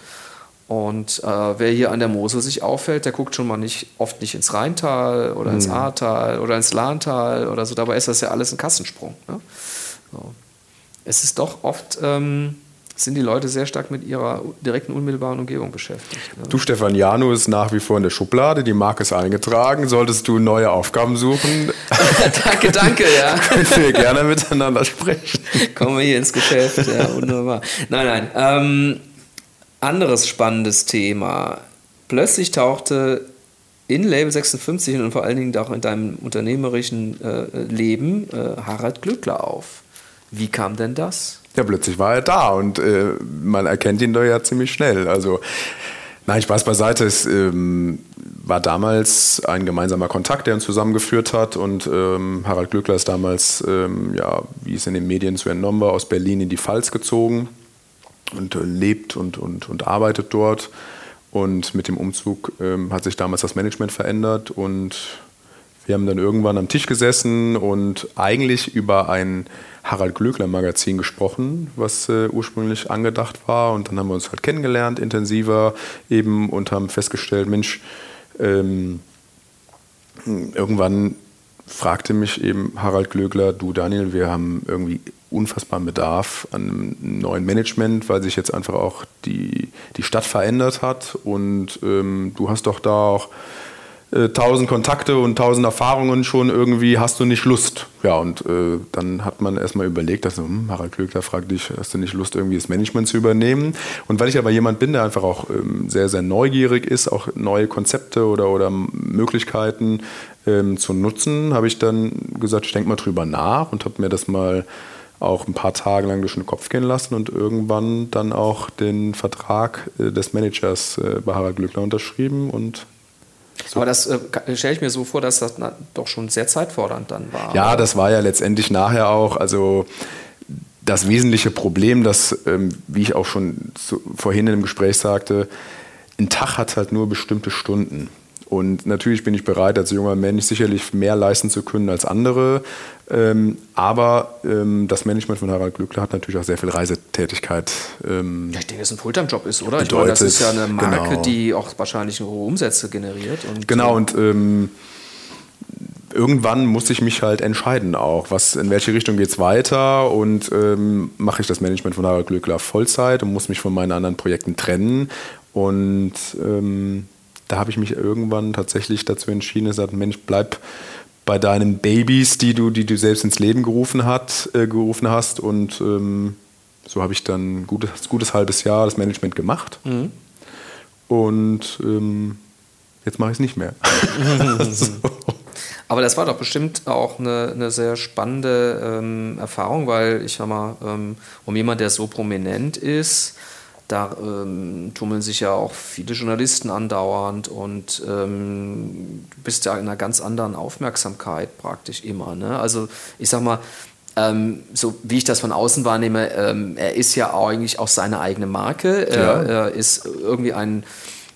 S2: und äh, wer hier an der Mosel sich auffällt, der guckt schon mal nicht, oft nicht ins Rheintal oder ins Ahrtal oder ins Lahntal oder so, dabei ist das ja alles ein Kassensprung. Ne? So. Es ist doch oft... Ähm, sind die Leute sehr stark mit ihrer direkten, unmittelbaren Umgebung beschäftigt. Ne?
S3: Du, Stefan, Janu ist nach wie vor in der Schublade, die Marke ist eingetragen. Solltest du neue Aufgaben suchen?
S2: danke, danke, ja.
S3: Können wir gerne miteinander sprechen.
S2: Kommen wir hier ins Geschäft, ja, wunderbar. Nein, nein. Ähm, anderes spannendes Thema. Plötzlich tauchte in Label sechsundfünfzig und vor allen Dingen auch in deinem unternehmerischen äh, Leben äh, Harald Glöckler auf. Wie kam denn das?
S3: Ja, plötzlich war er da und äh, man erkennt ihn da ja ziemlich schnell. Also, nein, Spaß beiseite. Es ähm, war damals ein gemeinsamer Kontakt, der uns zusammengeführt hat und ähm, Harald Glöckler ist damals, ähm, ja, wie es in den Medien zu entnommen war, aus Berlin in die Pfalz gezogen und äh, lebt und, und, und arbeitet dort. Und mit dem Umzug ähm, hat sich damals das Management verändert und wir haben dann irgendwann am Tisch gesessen und eigentlich über ein Harald Glöckler Magazin gesprochen, was äh, ursprünglich angedacht war. Und dann haben wir uns halt kennengelernt, intensiver eben, und haben festgestellt, Mensch, ähm, irgendwann fragte mich eben Harald Glöckler, du Daniel, wir haben irgendwie unfassbaren Bedarf an einem neuen Management, weil sich jetzt einfach auch die, die Stadt verändert hat und ähm, du hast doch da auch tausend Kontakte und tausend Erfahrungen schon irgendwie, hast du nicht Lust? Ja, und äh, dann hat man erstmal überlegt, dass hm, Harald Glöckler fragt dich, hast du nicht Lust, irgendwie das Management zu übernehmen? Und weil ich aber jemand bin, der einfach auch ähm, sehr, sehr neugierig ist, auch neue Konzepte oder, oder Möglichkeiten ähm, zu nutzen, habe ich dann gesagt, ich denke mal drüber nach und habe mir das mal auch ein paar Tage lang durch den Kopf gehen lassen und irgendwann dann auch den Vertrag äh, des Managers äh, bei Harald Glöckler unterschrieben und
S2: so. Aber das äh, stelle ich mir so vor, dass das na, doch schon sehr zeitfordernd dann war.
S3: Ja,
S2: oder?
S3: Das war ja letztendlich nachher auch, also das wesentliche Problem, das, ähm, wie ich auch schon zu, vorhin in dem Gespräch sagte, ein Tag hat halt nur bestimmte Stunden. Und natürlich bin ich bereit, als junger Mensch sicherlich mehr leisten zu können als andere. Ähm, aber ähm, das Management von Harald Glöckler hat natürlich auch sehr viel Reisetätigkeit. Ähm,
S2: ja, ich denke, dass es ein Fulltime-Job ist, oder? Ich meine, das ist ja eine Marke, genau, die auch wahrscheinlich hohe Umsätze generiert. Und
S3: genau, und ähm, irgendwann muss ich mich halt entscheiden auch, was, in welche Richtung geht es weiter und ähm, mache ich das Management von Harald Glöckler Vollzeit und muss mich von meinen anderen Projekten trennen. Und ähm, da habe ich mich irgendwann tatsächlich dazu entschieden, gesagt, Mensch, bleib bei deinen Babys, die du, die du selbst ins Leben gerufen, hat, äh, gerufen hast. Und ähm, so habe ich dann ein gutes, gutes halbes Jahr das Management gemacht. Mhm. Und ähm, jetzt mache ich es nicht mehr.
S2: so. Aber das war doch bestimmt auch eine, eine sehr spannende ähm, Erfahrung, weil ich sag mal, ähm, um jemand, der so prominent ist, da ähm, tummeln sich ja auch viele Journalisten andauernd und ähm, du bist ja in einer ganz anderen Aufmerksamkeit praktisch immer. Ne? Also ich sag mal, ähm, so wie ich das von außen wahrnehme, ähm, er ist ja eigentlich auch seine eigene Marke. Ja. Er, er ist irgendwie ein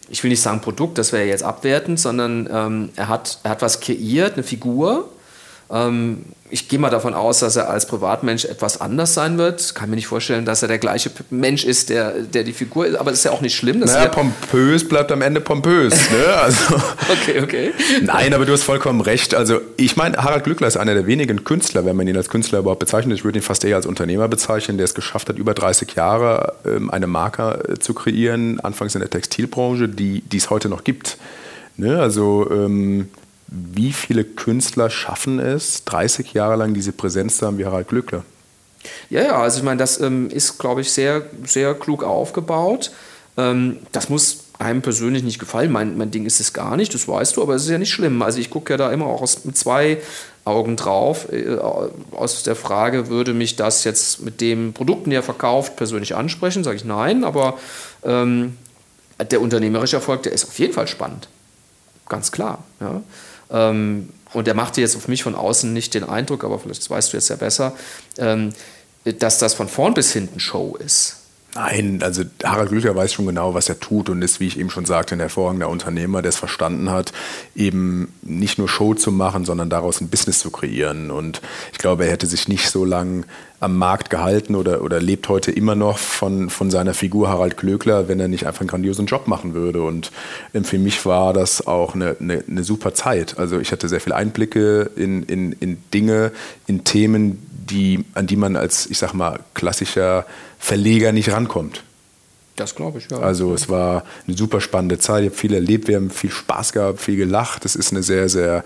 S2: ich will nicht sagen Produkt, das wäre jetzt abwertend, sondern ähm, er hat, er hat was kreiert, eine Figur. Ähm, ich gehe mal davon aus, dass er als Privatmensch etwas anders sein wird. Kann mir nicht vorstellen, dass er der gleiche Mensch ist, der, der die Figur ist, aber das ist ja auch nicht schlimm. Dass
S3: naja, pompös bleibt am Ende pompös. Ne? Also,
S2: okay, okay.
S3: Nein, aber du hast vollkommen recht. Also ich meine, Harald Glöckler ist einer der wenigen Künstler, wenn man ihn als Künstler überhaupt bezeichnet. Ich würde ihn fast eher als Unternehmer bezeichnen, der es geschafft hat, über dreißig Jahre ähm, eine Marke äh, zu kreieren, anfangs in der Textilbranche, die die es heute noch gibt. Ne? Also ähm, wie viele Künstler schaffen es, dreißig Jahre lang diese Präsenz zu haben wie Harald Glöckler?
S2: Ja, ja, also ich meine, das ähm, ist, glaube ich, sehr, sehr klug aufgebaut. Ähm, das muss einem persönlich nicht gefallen. Mein, mein Ding ist es gar nicht, das weißt du, aber es ist ja nicht schlimm. Also ich gucke ja da immer auch aus, mit zwei Augen drauf. Äh, aus der Frage, würde mich das jetzt mit den Produkten, die er verkauft, persönlich ansprechen? Sage ich nein, aber ähm, der unternehmerische Erfolg, der ist auf jeden Fall spannend. Ganz klar, ja. Ähm, und er machte jetzt auf mich von außen nicht den Eindruck, aber vielleicht weißt du jetzt ja besser, ähm, dass das von vorn bis hinten Show ist.
S3: Nein, also Harald Glöckler weiß schon genau, was er tut und ist, wie ich eben schon sagte, ein hervorragender Unternehmer, der es verstanden hat, eben nicht nur Show zu machen, sondern daraus ein Business zu kreieren. Und ich glaube, er hätte sich nicht so lange am Markt gehalten oder, oder lebt heute immer noch von, von seiner Figur Harald Glöckler, wenn er nicht einfach einen grandiosen Job machen würde. Und für mich war das auch eine, eine, eine super Zeit. Also ich hatte sehr viele Einblicke in, in, in Dinge, in Themen, die, an die man als, ich sag mal, klassischer Verleger nicht rankommt.
S2: Das glaube ich, ja.
S3: Also es war eine super spannende Zeit. Ich habe viel erlebt, wir haben viel Spaß gehabt, viel gelacht. Es ist eine sehr, sehr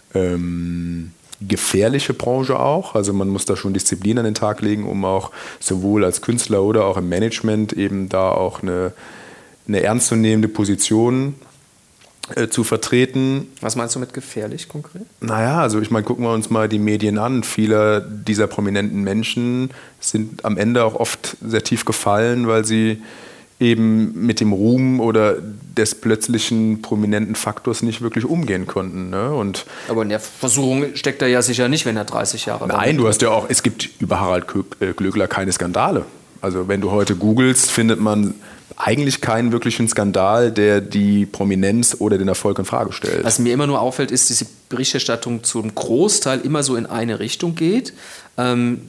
S3: ähm, gefährliche Branche auch. Also man muss da schon Disziplin an den Tag legen, um auch sowohl als Künstler oder auch im Management eben da auch eine, eine ernstzunehmende Position äh, zu vertreten.
S2: Was meinst du mit gefährlich konkret?
S3: Naja, also ich meine, gucken wir uns mal die Medien an. Viele dieser prominenten Menschen sind am Ende auch oft sehr tief gefallen, weil sie eben mit dem Ruhm oder des plötzlichen prominenten Faktors nicht wirklich umgehen konnten. Ne? Und
S2: aber in der Versuchung steckt er ja sicher nicht, wenn er dreißig Jahre...
S3: Nein, du hast ja auch, es gibt über Harald Glöckler keine Skandale. Also wenn du heute googelst, findet man eigentlich keinen wirklichen Skandal, der die Prominenz oder den Erfolg in Frage stellt.
S2: Was mir immer nur auffällt, ist, dass die Berichterstattung zum Großteil immer so in eine Richtung geht. Ähm,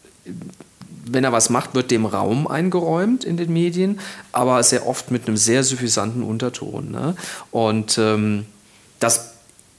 S2: wenn er was macht, wird dem Raum eingeräumt in den Medien, aber sehr oft mit einem sehr suffisanten Unterton. Ne? Und ähm, das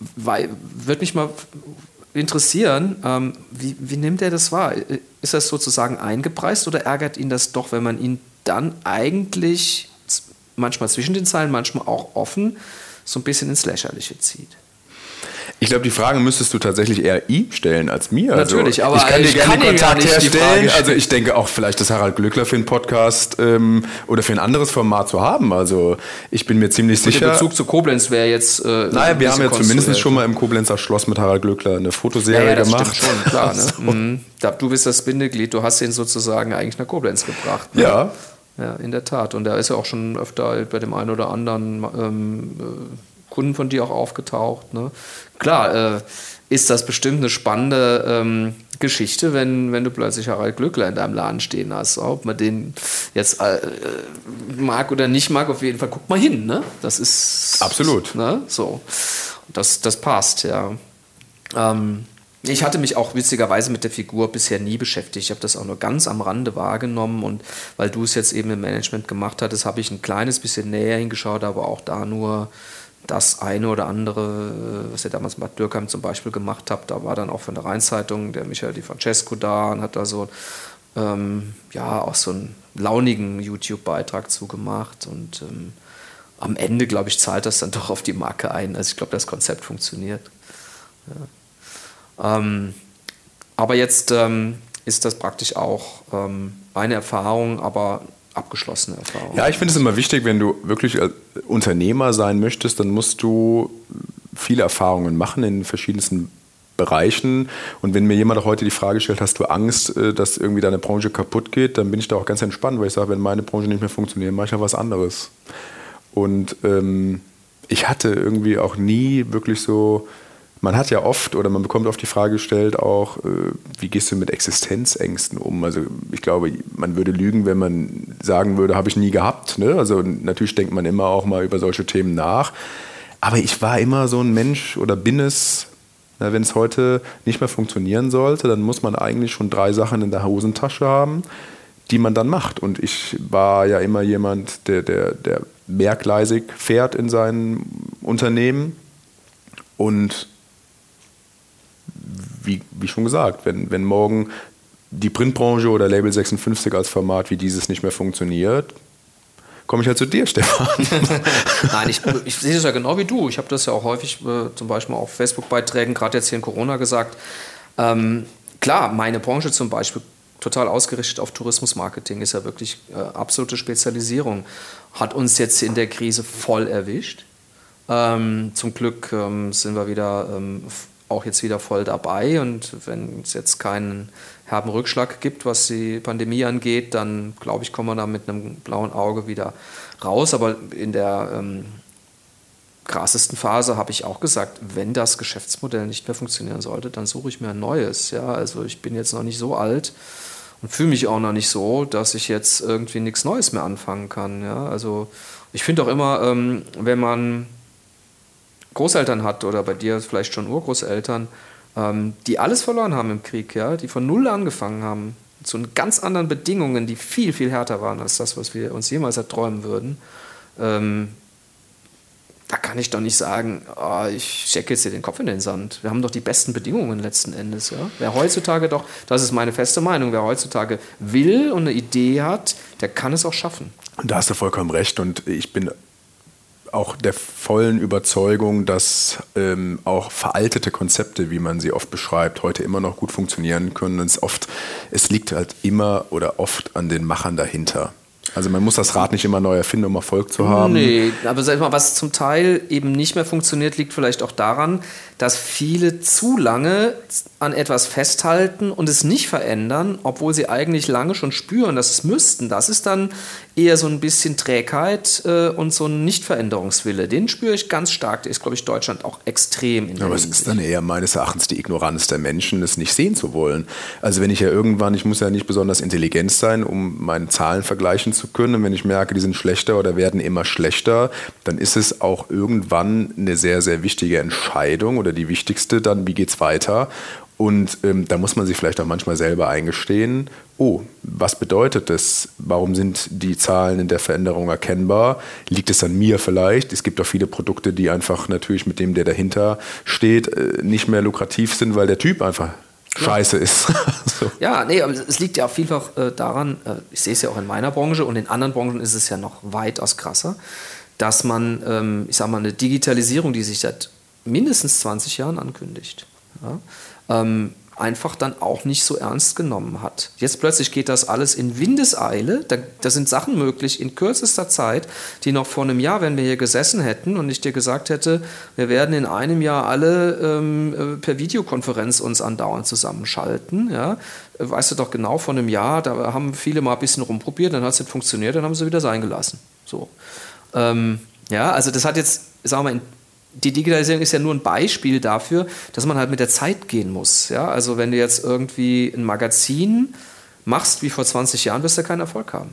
S2: würde mich mal interessieren, ähm, wie, wie nimmt er das wahr? Ist das sozusagen eingepreist oder ärgert ihn das doch, wenn man ihn dann eigentlich manchmal zwischen den Zeilen, manchmal auch offen so ein bisschen ins Lächerliche zieht?
S3: Ich glaube, die Frage müsstest du tatsächlich eher ihm stellen als mir.
S2: Natürlich,
S3: also,
S2: aber
S3: ich kann dir
S2: ich
S3: gerne
S2: kann
S3: Kontakt
S2: nicht
S3: herstellen. Also ich denke auch vielleicht, dass Harald Glöckler für einen Podcast ähm, oder für ein anderes Format zu haben. Also ich bin mir ziemlich
S2: Und
S3: sicher.
S2: der Bezug zu Koblenz wäre jetzt. Äh,
S3: naja, wir haben ja zumindest schon mal im Koblenzer Schloss mit Harald Glöckler eine Fotoserie
S2: ja, ja, das
S3: gemacht.
S2: Stimmt schon, klar. Ne?
S3: Also.
S2: Mhm. Du bist das Bindeglied. Du hast ihn sozusagen eigentlich nach Koblenz gebracht. Ne?
S3: Ja.
S2: Ja, in der Tat. Und er ist ja auch schon öfter bei dem einen oder anderen ähm, Kunden von dir auch aufgetaucht. Ne? Klar, äh, ist das bestimmt eine spannende ähm, Geschichte, wenn, wenn du plötzlich Harald Glöckler in deinem Laden stehen hast. Ob man den jetzt äh, mag oder nicht mag, auf jeden Fall guck mal hin. Ne? Das ist...
S3: Absolut.
S2: Ne? So. Das, das passt, ja. Ähm, Ich hatte mich auch witzigerweise mit der Figur bisher nie beschäftigt. Ich habe das auch nur ganz am Rande wahrgenommen und weil du es jetzt eben im Management gemacht hattest, habe ich ein kleines bisschen näher hingeschaut, aber auch da nur das eine oder andere, was ihr damals mit Bad Dürkheim zum Beispiel gemacht habt. Da war dann auch von der Rheinzeitung der Michael Di Francesco da und hat da so ähm, ja, auch so einen launigen YouTube-Beitrag zugemacht und ähm, am Ende, glaube ich, zahlt das dann doch auf die Marke ein. Also ich glaube, das Konzept funktioniert. Ja. Ähm, aber jetzt ähm, ist das praktisch auch ähm, eine Erfahrung, aber abgeschlossene Erfahrung.
S3: Ja, ich finde es immer wichtig, wenn du wirklich Unternehmer sein möchtest, dann musst du viele Erfahrungen machen in verschiedensten Bereichen. Und wenn mir jemand auch heute die Frage stellt, hast du Angst, dass irgendwie deine Branche kaputt geht, dann bin ich da auch ganz entspannt, weil ich sage, wenn meine Branche nicht mehr funktioniert, mache ich noch was anderes. Und ähm, ich hatte irgendwie auch nie wirklich so man hat ja oft oder man bekommt oft die Frage gestellt auch, äh, wie gehst du mit Existenzängsten um? Also ich glaube, man würde lügen, wenn man sagen würde, habe ich nie gehabt. Ne? Also natürlich denkt man immer auch mal über solche Themen nach. Aber ich war immer so ein Mensch oder bin es, na, wenn es heute nicht mehr funktionieren sollte, dann muss man eigentlich schon drei Sachen in der Hosentasche haben, die man dann macht. Und ich war ja immer jemand, der, der, der mehrgleisig fährt in seinem Unternehmen. Und wie, wie schon gesagt, wenn, wenn morgen die Printbranche oder Label sechsundfünfzig als Format wie dieses nicht mehr funktioniert, komme ich halt zu dir, Stefan.
S2: Nein, ich, ich sehe das ja genau wie du. Ich habe das ja auch häufig äh, zum Beispiel auf Facebook-Beiträgen, gerade jetzt hier in Corona gesagt. Ähm, klar, meine Branche zum Beispiel, total ausgerichtet auf Tourismusmarketing, ist ja wirklich äh, absolute Spezialisierung. Hat uns jetzt in der Krise voll erwischt. Ähm, zum Glück ähm, sind wir wieder ähm, auch jetzt wieder voll dabei, und wenn es jetzt keinen herben Rückschlag gibt, was die Pandemie angeht, dann glaube ich, kommen wir da mit einem blauen Auge wieder raus. Aber in der ähm, krassesten Phase habe ich auch gesagt, wenn das Geschäftsmodell nicht mehr funktionieren sollte, dann suche ich mir ein neues. Ja, also ich bin jetzt noch nicht so alt und fühle mich auch noch nicht so, dass ich jetzt irgendwie nichts Neues mehr anfangen kann. Ja, also ich finde auch immer, ähm, wenn man Großeltern hat oder bei dir vielleicht schon Urgroßeltern, ähm, die alles verloren haben im Krieg, ja, die von Null angefangen haben, zu ganz anderen Bedingungen, die viel, viel härter waren als das, was wir uns jemals erträumen würden. Ähm, da kann ich doch nicht sagen, oh, ich stecke jetzt hier den Kopf in den Sand. Wir haben doch die besten Bedingungen letzten Endes. Ja? Wer heutzutage doch, das ist meine feste Meinung, wer heutzutage will und eine Idee hat, der kann es auch schaffen.
S3: Und da hast du vollkommen recht, und ich bin auch der vollen Überzeugung, dass ähm, auch veraltete Konzepte, wie man sie oft beschreibt, heute immer noch gut funktionieren können. Und es, oft, es liegt halt immer oder oft an den Machern dahinter. Also man muss das Rad nicht immer neu erfinden, um Erfolg zu haben.
S2: Nee, aber sag mal, was zum Teil eben nicht mehr funktioniert, liegt vielleicht auch daran, dass viele zu lange an etwas festhalten und es nicht verändern, obwohl sie eigentlich lange schon spüren, dass es müssten. Das ist dann eher so ein bisschen Trägheit äh, und so ein Nichtveränderungswille. Den spüre ich ganz stark. Der ist, glaube ich, Deutschland auch extrem. In der
S3: Aber es ist dann eher meines Erachtens die Ignoranz der Menschen, es nicht sehen zu wollen. Also wenn ich ja irgendwann, ich muss ja nicht besonders intelligent sein, um meine Zahlen vergleichen zu können. Und wenn ich merke, die sind schlechter oder werden immer schlechter, dann ist es auch irgendwann eine sehr, sehr wichtige Entscheidung oder die wichtigste dann, wie geht's weiter? Und ähm, da muss man sich vielleicht auch manchmal selber eingestehen, oh, was bedeutet das? Warum sind die Zahlen in der Veränderung erkennbar? Liegt es an mir vielleicht? Es gibt auch viele Produkte, die einfach natürlich mit dem, der dahinter steht, äh, nicht mehr lukrativ sind, weil der Typ einfach scheiße ist. So.
S2: Ja, nee, aber es liegt ja vielfach äh, daran, äh, ich sehe es ja auch in meiner Branche und in anderen Branchen ist es ja noch weitaus krasser, dass man, ähm, ich sag mal, eine Digitalisierung, die sich seit mindestens zwanzig Jahren ankündigt, ja, ähm, einfach dann auch nicht so ernst genommen hat. Jetzt plötzlich geht das alles in Windeseile, da, da sind Sachen möglich in kürzester Zeit, die noch vor einem Jahr, wenn wir hier gesessen hätten und ich dir gesagt hätte, wir werden in einem Jahr alle ähm, per Videokonferenz uns andauernd zusammenschalten, ja, weißt du doch genau, vor einem Jahr, da haben viele mal ein bisschen rumprobiert, dann hat es nicht funktioniert, dann haben sie wieder sein gelassen. So. Ähm, ja, also das hat jetzt, sagen wir mal, in die Digitalisierung ist ja nur ein Beispiel dafür, dass man halt mit der Zeit gehen muss. Ja? Also wenn du jetzt irgendwie ein Magazin machst wie vor zwanzig Jahren, wirst du keinen Erfolg haben.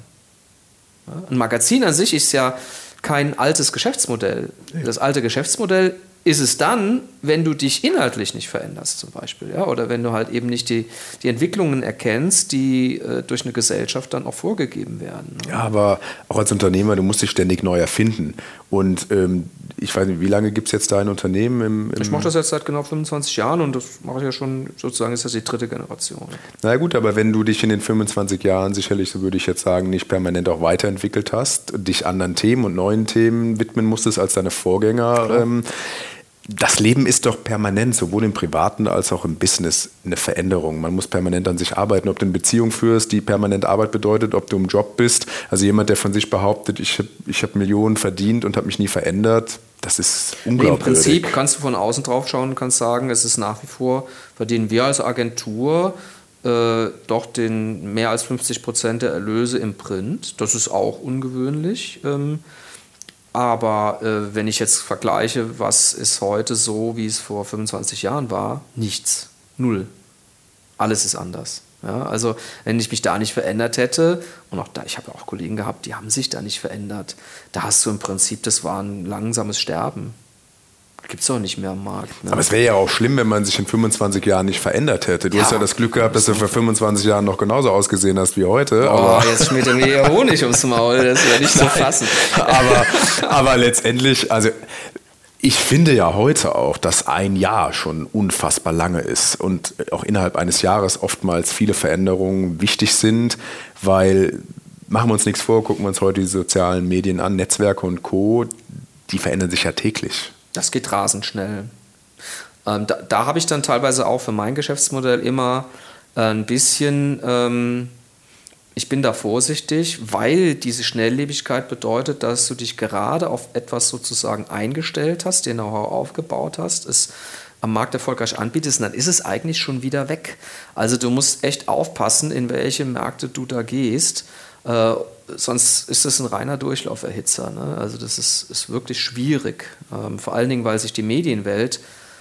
S2: Ja? Ein Magazin an sich ist ja kein altes Geschäftsmodell. Das alte Geschäftsmodell ist es dann, wenn du dich inhaltlich nicht veränderst zum Beispiel. Ja? Oder wenn du halt eben nicht die, die Entwicklungen erkennst, die äh, durch eine Gesellschaft dann auch vorgegeben werden.
S3: Ja, aber auch als Unternehmer, du musst dich ständig neu erfinden. Und ähm, ich weiß nicht, wie lange gibt es jetzt dein Unternehmen? Im, im
S2: ich mache das jetzt seit genau fünfundzwanzig Jahren und das mache ich ja schon, sozusagen ist das die dritte Generation.
S3: Na gut, aber wenn du dich in den fünfundzwanzig Jahren sicherlich, so würde ich jetzt sagen, nicht permanent auch weiterentwickelt hast, dich anderen Themen und neuen Themen widmen musstest als deine Vorgänger, ähm, das Leben ist doch permanent, sowohl im Privaten als auch im Business, eine Veränderung. Man muss permanent an sich arbeiten, ob du eine Beziehung führst, die permanent Arbeit bedeutet, ob du im Job bist. Also jemand, der von sich behauptet, ich habe ich hab Millionen verdient und habe mich nie verändert, das ist unglaubwürdig.
S2: Im Prinzip kannst du von außen drauf schauen und kannst sagen, es ist nach wie vor, verdienen wir als Agentur äh, doch den mehr als fünfzig Prozent der Erlöse im Print. Das ist auch ungewöhnlich. Ähm, Aber äh, wenn ich jetzt vergleiche, was ist heute so, wie es vor fünfundzwanzig Jahren war, nichts, null. Alles ist anders. Ja, also wenn ich mich da nicht verändert hätte, und auch da, ich habe auch Kollegen gehabt, die haben sich da nicht verändert, da hast du im Prinzip, das war ein langsames Sterben. Gibt es auch nicht mehr am Markt. Ne?
S3: Aber es wäre ja auch schlimm, wenn man sich in fünfundzwanzig Jahren nicht verändert hätte. Du ja, hast ja das Glück gehabt, dass du vor fünfundzwanzig Jahren noch genauso ausgesehen hast wie heute.
S2: Oh, aber jetzt schmiert er mir Honig ums Maul, das wäre nicht zu fassen.
S3: aber, aber letztendlich, also ich finde ja heute auch, dass ein Jahr schon unfassbar lange ist und auch innerhalb eines Jahres oftmals viele Veränderungen wichtig sind, weil, machen wir uns nichts vor, gucken wir uns heute die sozialen Medien an, Netzwerke und Co., die verändern sich ja täglich.
S2: Das geht rasend schnell. Ähm, da da habe ich dann teilweise auch für mein Geschäftsmodell immer äh, ein bisschen, ähm, ich bin da vorsichtig, weil diese Schnelllebigkeit bedeutet, dass du dich gerade auf etwas sozusagen eingestellt hast, dir Know-how aufgebaut hast, es am Markt erfolgreich anbietest, und dann ist es eigentlich schon wieder weg. Also du musst echt aufpassen, in welche Märkte du da gehst. Äh, sonst ist das ein reiner Durchlauferhitzer. Ne? Also das ist, ist wirklich schwierig. Ähm, vor allen Dingen, weil sich die Medienwelt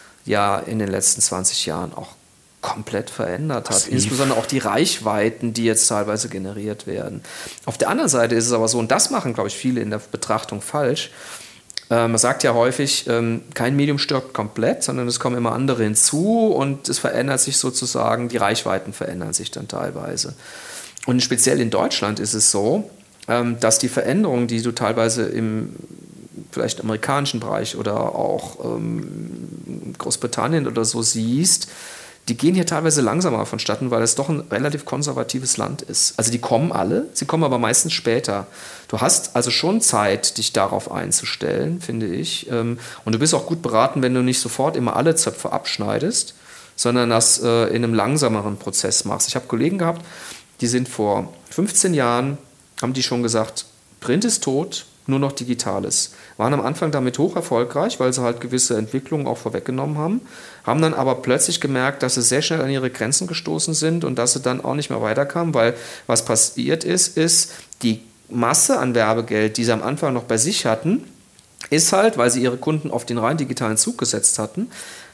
S2: ja in den letzten zwanzig Jahren auch komplett verändert hat. Massiv. Insbesondere auch die Reichweiten, die jetzt teilweise generiert werden. Auf der anderen Seite ist es aber so, und das machen, glaube ich, viele in der Betrachtung falsch. Äh, man sagt ja häufig, ähm, kein Medium stirbt komplett, sondern es kommen immer andere hinzu und es verändert sich sozusagen, die Reichweiten verändern sich dann teilweise. Und speziell in Deutschland ist es so, dass die Veränderungen, die du teilweise im vielleicht amerikanischen Bereich oder auch ähm, Großbritannien oder so siehst, die gehen hier teilweise langsamer vonstatten, weil es doch ein relativ konservatives Land ist. Also die kommen alle, sie kommen aber meistens später. Du hast also schon Zeit, dich darauf einzustellen, finde ich. Und du bist auch gut beraten, wenn du nicht sofort immer alle Zöpfe abschneidest, sondern das äh, in einem langsameren Prozess machst. Ich habe Kollegen gehabt, die sind vor fünfzehn Jahren, haben die schon gesagt, Print ist tot, nur noch Digitales. Waren am Anfang damit hoch erfolgreich, weil sie halt gewisse Entwicklungen auch vorweggenommen haben, haben dann aber plötzlich gemerkt, dass sie sehr schnell an ihre Grenzen gestoßen sind und dass sie dann auch nicht mehr weiterkamen, weil was passiert ist, ist, die Masse an Werbegeld, die sie am Anfang noch bei sich hatten, ist halt, weil sie ihre Kunden auf den rein digitalen Zug gesetzt hatten,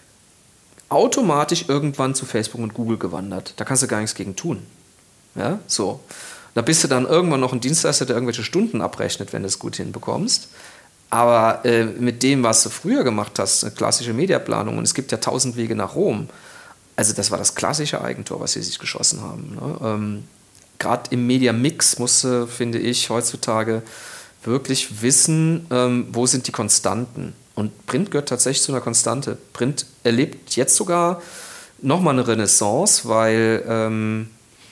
S2: automatisch irgendwann zu Facebook und Google gewandert. Da kannst du gar nichts gegen tun. Ja, so. Da bist du dann irgendwann noch ein Dienstleister, der irgendwelche Stunden abrechnet, wenn du es gut hinbekommst. Aber äh, mit dem, was du früher gemacht hast, eine klassische Mediaplanung, und es gibt ja tausend Wege nach Rom, also das war das klassische Eigentor, was sie sich geschossen haben. Ne? Ähm, Gerade im Media-Mix musst du, finde ich, heutzutage wirklich wissen, ähm, wo sind die Konstanten. Und Print gehört tatsächlich zu einer Konstante. Print erlebt jetzt sogar nochmal eine Renaissance, weil... Ähm,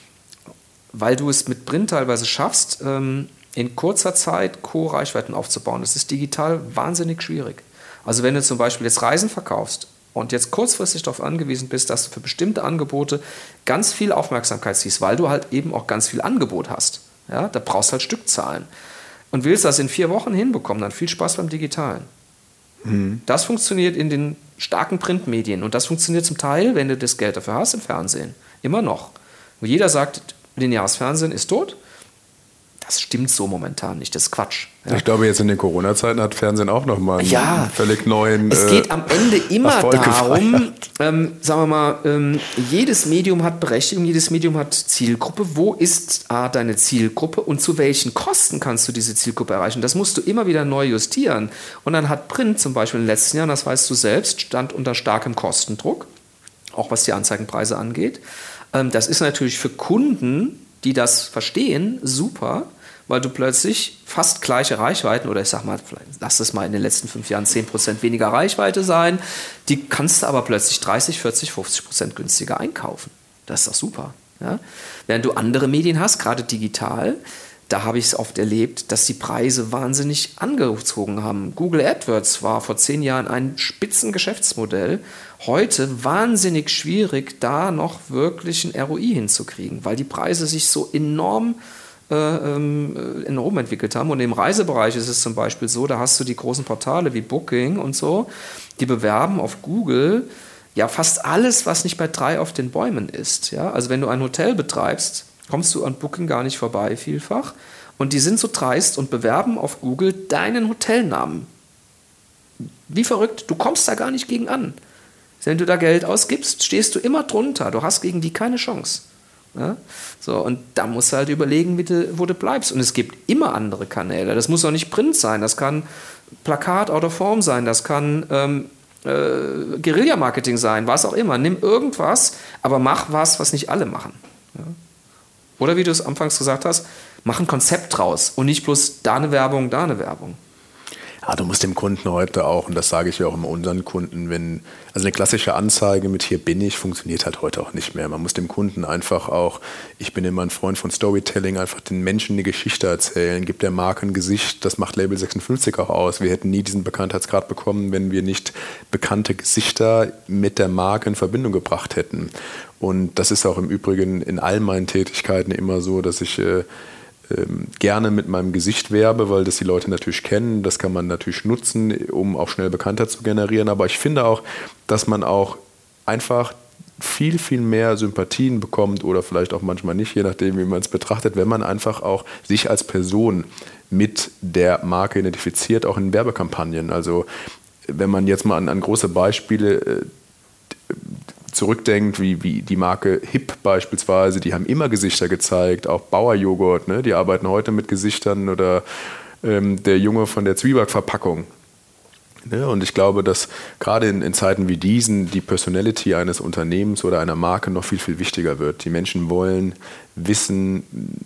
S2: weil du es mit Print teilweise schaffst, ähm, in kurzer Zeit Co-Reichweiten aufzubauen. Das ist digital wahnsinnig schwierig. Also wenn du zum Beispiel jetzt Reisen verkaufst und jetzt kurzfristig darauf angewiesen bist, dass du für bestimmte Angebote ganz viel Aufmerksamkeit siehst, weil du halt eben auch ganz viel Angebot hast. Ja, da brauchst du halt Stückzahlen. Und willst das in vier Wochen hinbekommen, dann viel Spaß beim Digitalen. Mhm. Das funktioniert in den starken Printmedien und das funktioniert zum Teil, wenn du das Geld dafür hast, im Fernsehen. Immer noch. Wo jeder sagt, lineares Fernsehen ist tot. Das stimmt so momentan nicht, das ist Quatsch. Ja.
S3: Ich glaube, jetzt in den Corona-Zeiten hat Fernsehen auch nochmal einen
S2: ja,
S3: völlig neuen
S2: Es geht äh, am Ende immer
S3: Erfolg
S2: darum, ähm, sagen wir mal, ähm, jedes Medium hat Berechtigung, jedes Medium hat Zielgruppe. Wo ist A, deine Zielgruppe und zu welchen Kosten kannst du diese Zielgruppe erreichen? Das musst du immer wieder neu justieren. Und dann hat Print zum Beispiel in den letzten Jahren, das weißt du selbst, stand unter starkem Kostendruck, auch was die Anzeigenpreise angeht. Das ist natürlich für Kunden, die das verstehen, super, weil du plötzlich fast gleiche Reichweiten, oder ich sag mal, lass es mal in den letzten fünf Jahren zehn Prozent weniger Reichweite sein, die kannst du aber plötzlich dreißig, vierzig, fünfzig Prozent günstiger einkaufen. Das ist doch super. Ja? Während du andere Medien hast, gerade digital, da habe ich es oft erlebt, dass die Preise wahnsinnig angezogen haben. Google AdWords war vor zehn Jahren ein Spitzengeschäftsmodell. Heute wahnsinnig schwierig, da noch wirklich ein R O I hinzukriegen, weil die Preise sich so enorm, äh, ähm, enorm entwickelt haben. Und im Reisebereich ist es zum Beispiel so, da hast du die großen Portale wie Booking und so, die bewerben auf Google ja fast alles, was nicht bei drei auf den Bäumen ist. Ja? Also wenn du ein Hotel betreibst, kommst du an Booking gar nicht vorbei vielfach. Und die sind so dreist und bewerben auf Google deinen Hotelnamen. Wie verrückt, du kommst da gar nicht gegen an. Wenn du da Geld ausgibst, stehst du immer drunter. Du hast gegen die keine Chance. Ja? So, und da musst du halt überlegen, wie du, wo du bleibst. Und es gibt immer andere Kanäle. Das muss auch nicht Print sein. Das kann Plakat out of Form sein. Das kann ähm, äh, Guerilla-Marketing sein. Was auch immer. Nimm irgendwas, aber mach was, was nicht alle machen. Ja? Oder wie du es anfangs gesagt hast, mach ein Konzept draus und nicht bloß da eine Werbung, da eine Werbung.
S3: Ja, du musst dem Kunden heute auch, und das sage ich ja auch immer unseren Kunden, wenn, also eine klassische Anzeige mit hier bin ich, funktioniert halt heute auch nicht mehr. Man muss dem Kunden einfach auch, ich bin immer ein Freund von Storytelling, einfach den Menschen eine Geschichte erzählen, gibt der Marke ein Gesicht, das macht Label sechsundfünfzig auch aus. Wir hätten nie diesen Bekanntheitsgrad bekommen, wenn wir nicht bekannte Gesichter mit der Marke in Verbindung gebracht hätten. Und das ist auch im Übrigen in all meinen Tätigkeiten immer so, dass ich äh, gerne mit meinem Gesicht werbe, weil das die Leute natürlich kennen. Das kann man natürlich nutzen, um auch schnell Bekanntheit zu generieren. Aber ich finde auch, dass man auch einfach viel, viel mehr Sympathien bekommt oder vielleicht auch manchmal nicht, je nachdem, wie man es betrachtet, wenn man einfach auch sich als Person mit der Marke identifiziert, auch in Werbekampagnen. Also wenn man jetzt mal an, an große Beispiele äh, zurückdenkt, wie, wie die Marke Hip beispielsweise, die haben immer Gesichter gezeigt, auch Bauer-Joghurt, ne? Die arbeiten heute mit Gesichtern oder ähm, der Junge von der Zwieback-Verpackung. Ne? Und ich glaube, dass gerade in, in Zeiten wie diesen die Personality eines Unternehmens oder einer Marke noch viel, viel wichtiger wird. Die Menschen wollen wissen,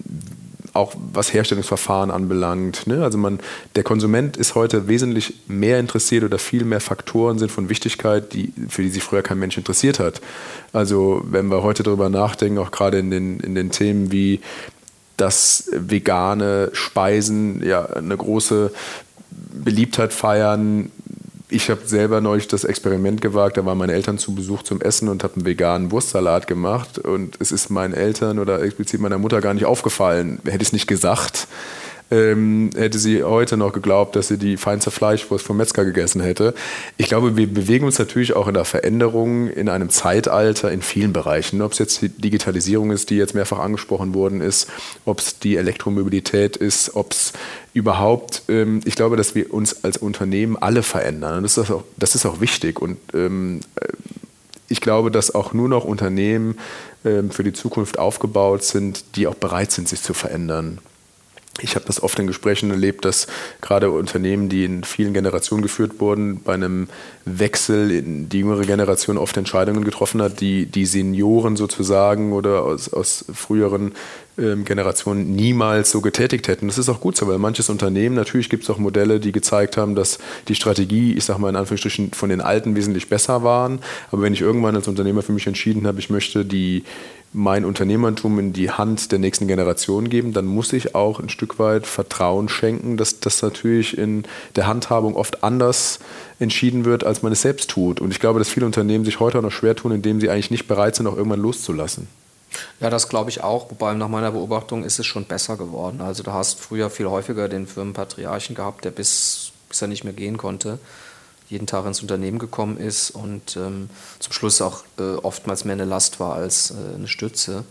S3: auch was Herstellungsverfahren anbelangt. Ne? Also man, der Konsument ist heute wesentlich mehr interessiert oder viel mehr Faktoren sind von Wichtigkeit, die, für die sich früher kein Mensch interessiert hat. Also wenn wir heute darüber nachdenken, auch gerade in den, in den Themen wie dass vegane Speisen ja eine große Beliebtheit feiern. Ich habe selber neulich das Experiment gewagt, da waren meine Eltern zu Besuch zum Essen und habe einen veganen Wurstsalat gemacht und es ist meinen Eltern oder explizit meiner Mutter gar nicht aufgefallen. Hätte ich es nicht gesagt, ähm, hätte sie heute noch geglaubt, dass sie die feinste Fleischwurst vom Metzger gegessen hätte. Ich glaube, wir bewegen uns natürlich auch in der Veränderung in einem Zeitalter in vielen Bereichen. Ob es jetzt die Digitalisierung ist, die jetzt mehrfach angesprochen worden ist, ob es die Elektromobilität ist, ob es überhaupt, ähm, ich glaube, dass wir uns als Unternehmen alle verändern. Und das ist auch, das ist auch wichtig. Und ähm, ich glaube, dass auch nur noch Unternehmen ähm, für die Zukunft aufgebaut sind, die auch bereit sind, sich zu verändern. Ich habe das oft in Gesprächen erlebt, dass gerade Unternehmen, die in vielen Generationen geführt wurden, bei einem Wechsel in die jüngere Generation oft Entscheidungen getroffen hat, die die Senioren sozusagen oder aus, aus früheren ähm, Generationen niemals so getätigt hätten. Das ist auch gut so, weil manches Unternehmen, natürlich gibt es auch Modelle, die gezeigt haben, dass die Strategie, ich sage mal in Anführungsstrichen, von den Alten wesentlich besser waren. Aber wenn ich irgendwann als Unternehmer für mich entschieden habe, ich möchte die mein Unternehmertum in die Hand der nächsten Generation geben, dann muss ich auch ein Stück weit Vertrauen schenken, dass das natürlich in der Handhabung oft anders entschieden wird, als man es selbst tut. Und ich glaube, dass viele Unternehmen sich heute auch noch schwer tun, indem sie eigentlich nicht bereit sind, auch irgendwann loszulassen.
S2: Ja, das glaube ich auch, wobei nach meiner Beobachtung ist es schon besser geworden. Also du hast früher viel häufiger den Firmenpatriarchen gehabt, der bis, bis er nicht mehr gehen konnte, jeden Tag ins Unternehmen gekommen ist und ähm, zum Schluss auch äh, oftmals mehr eine Last war als äh, eine Stütze.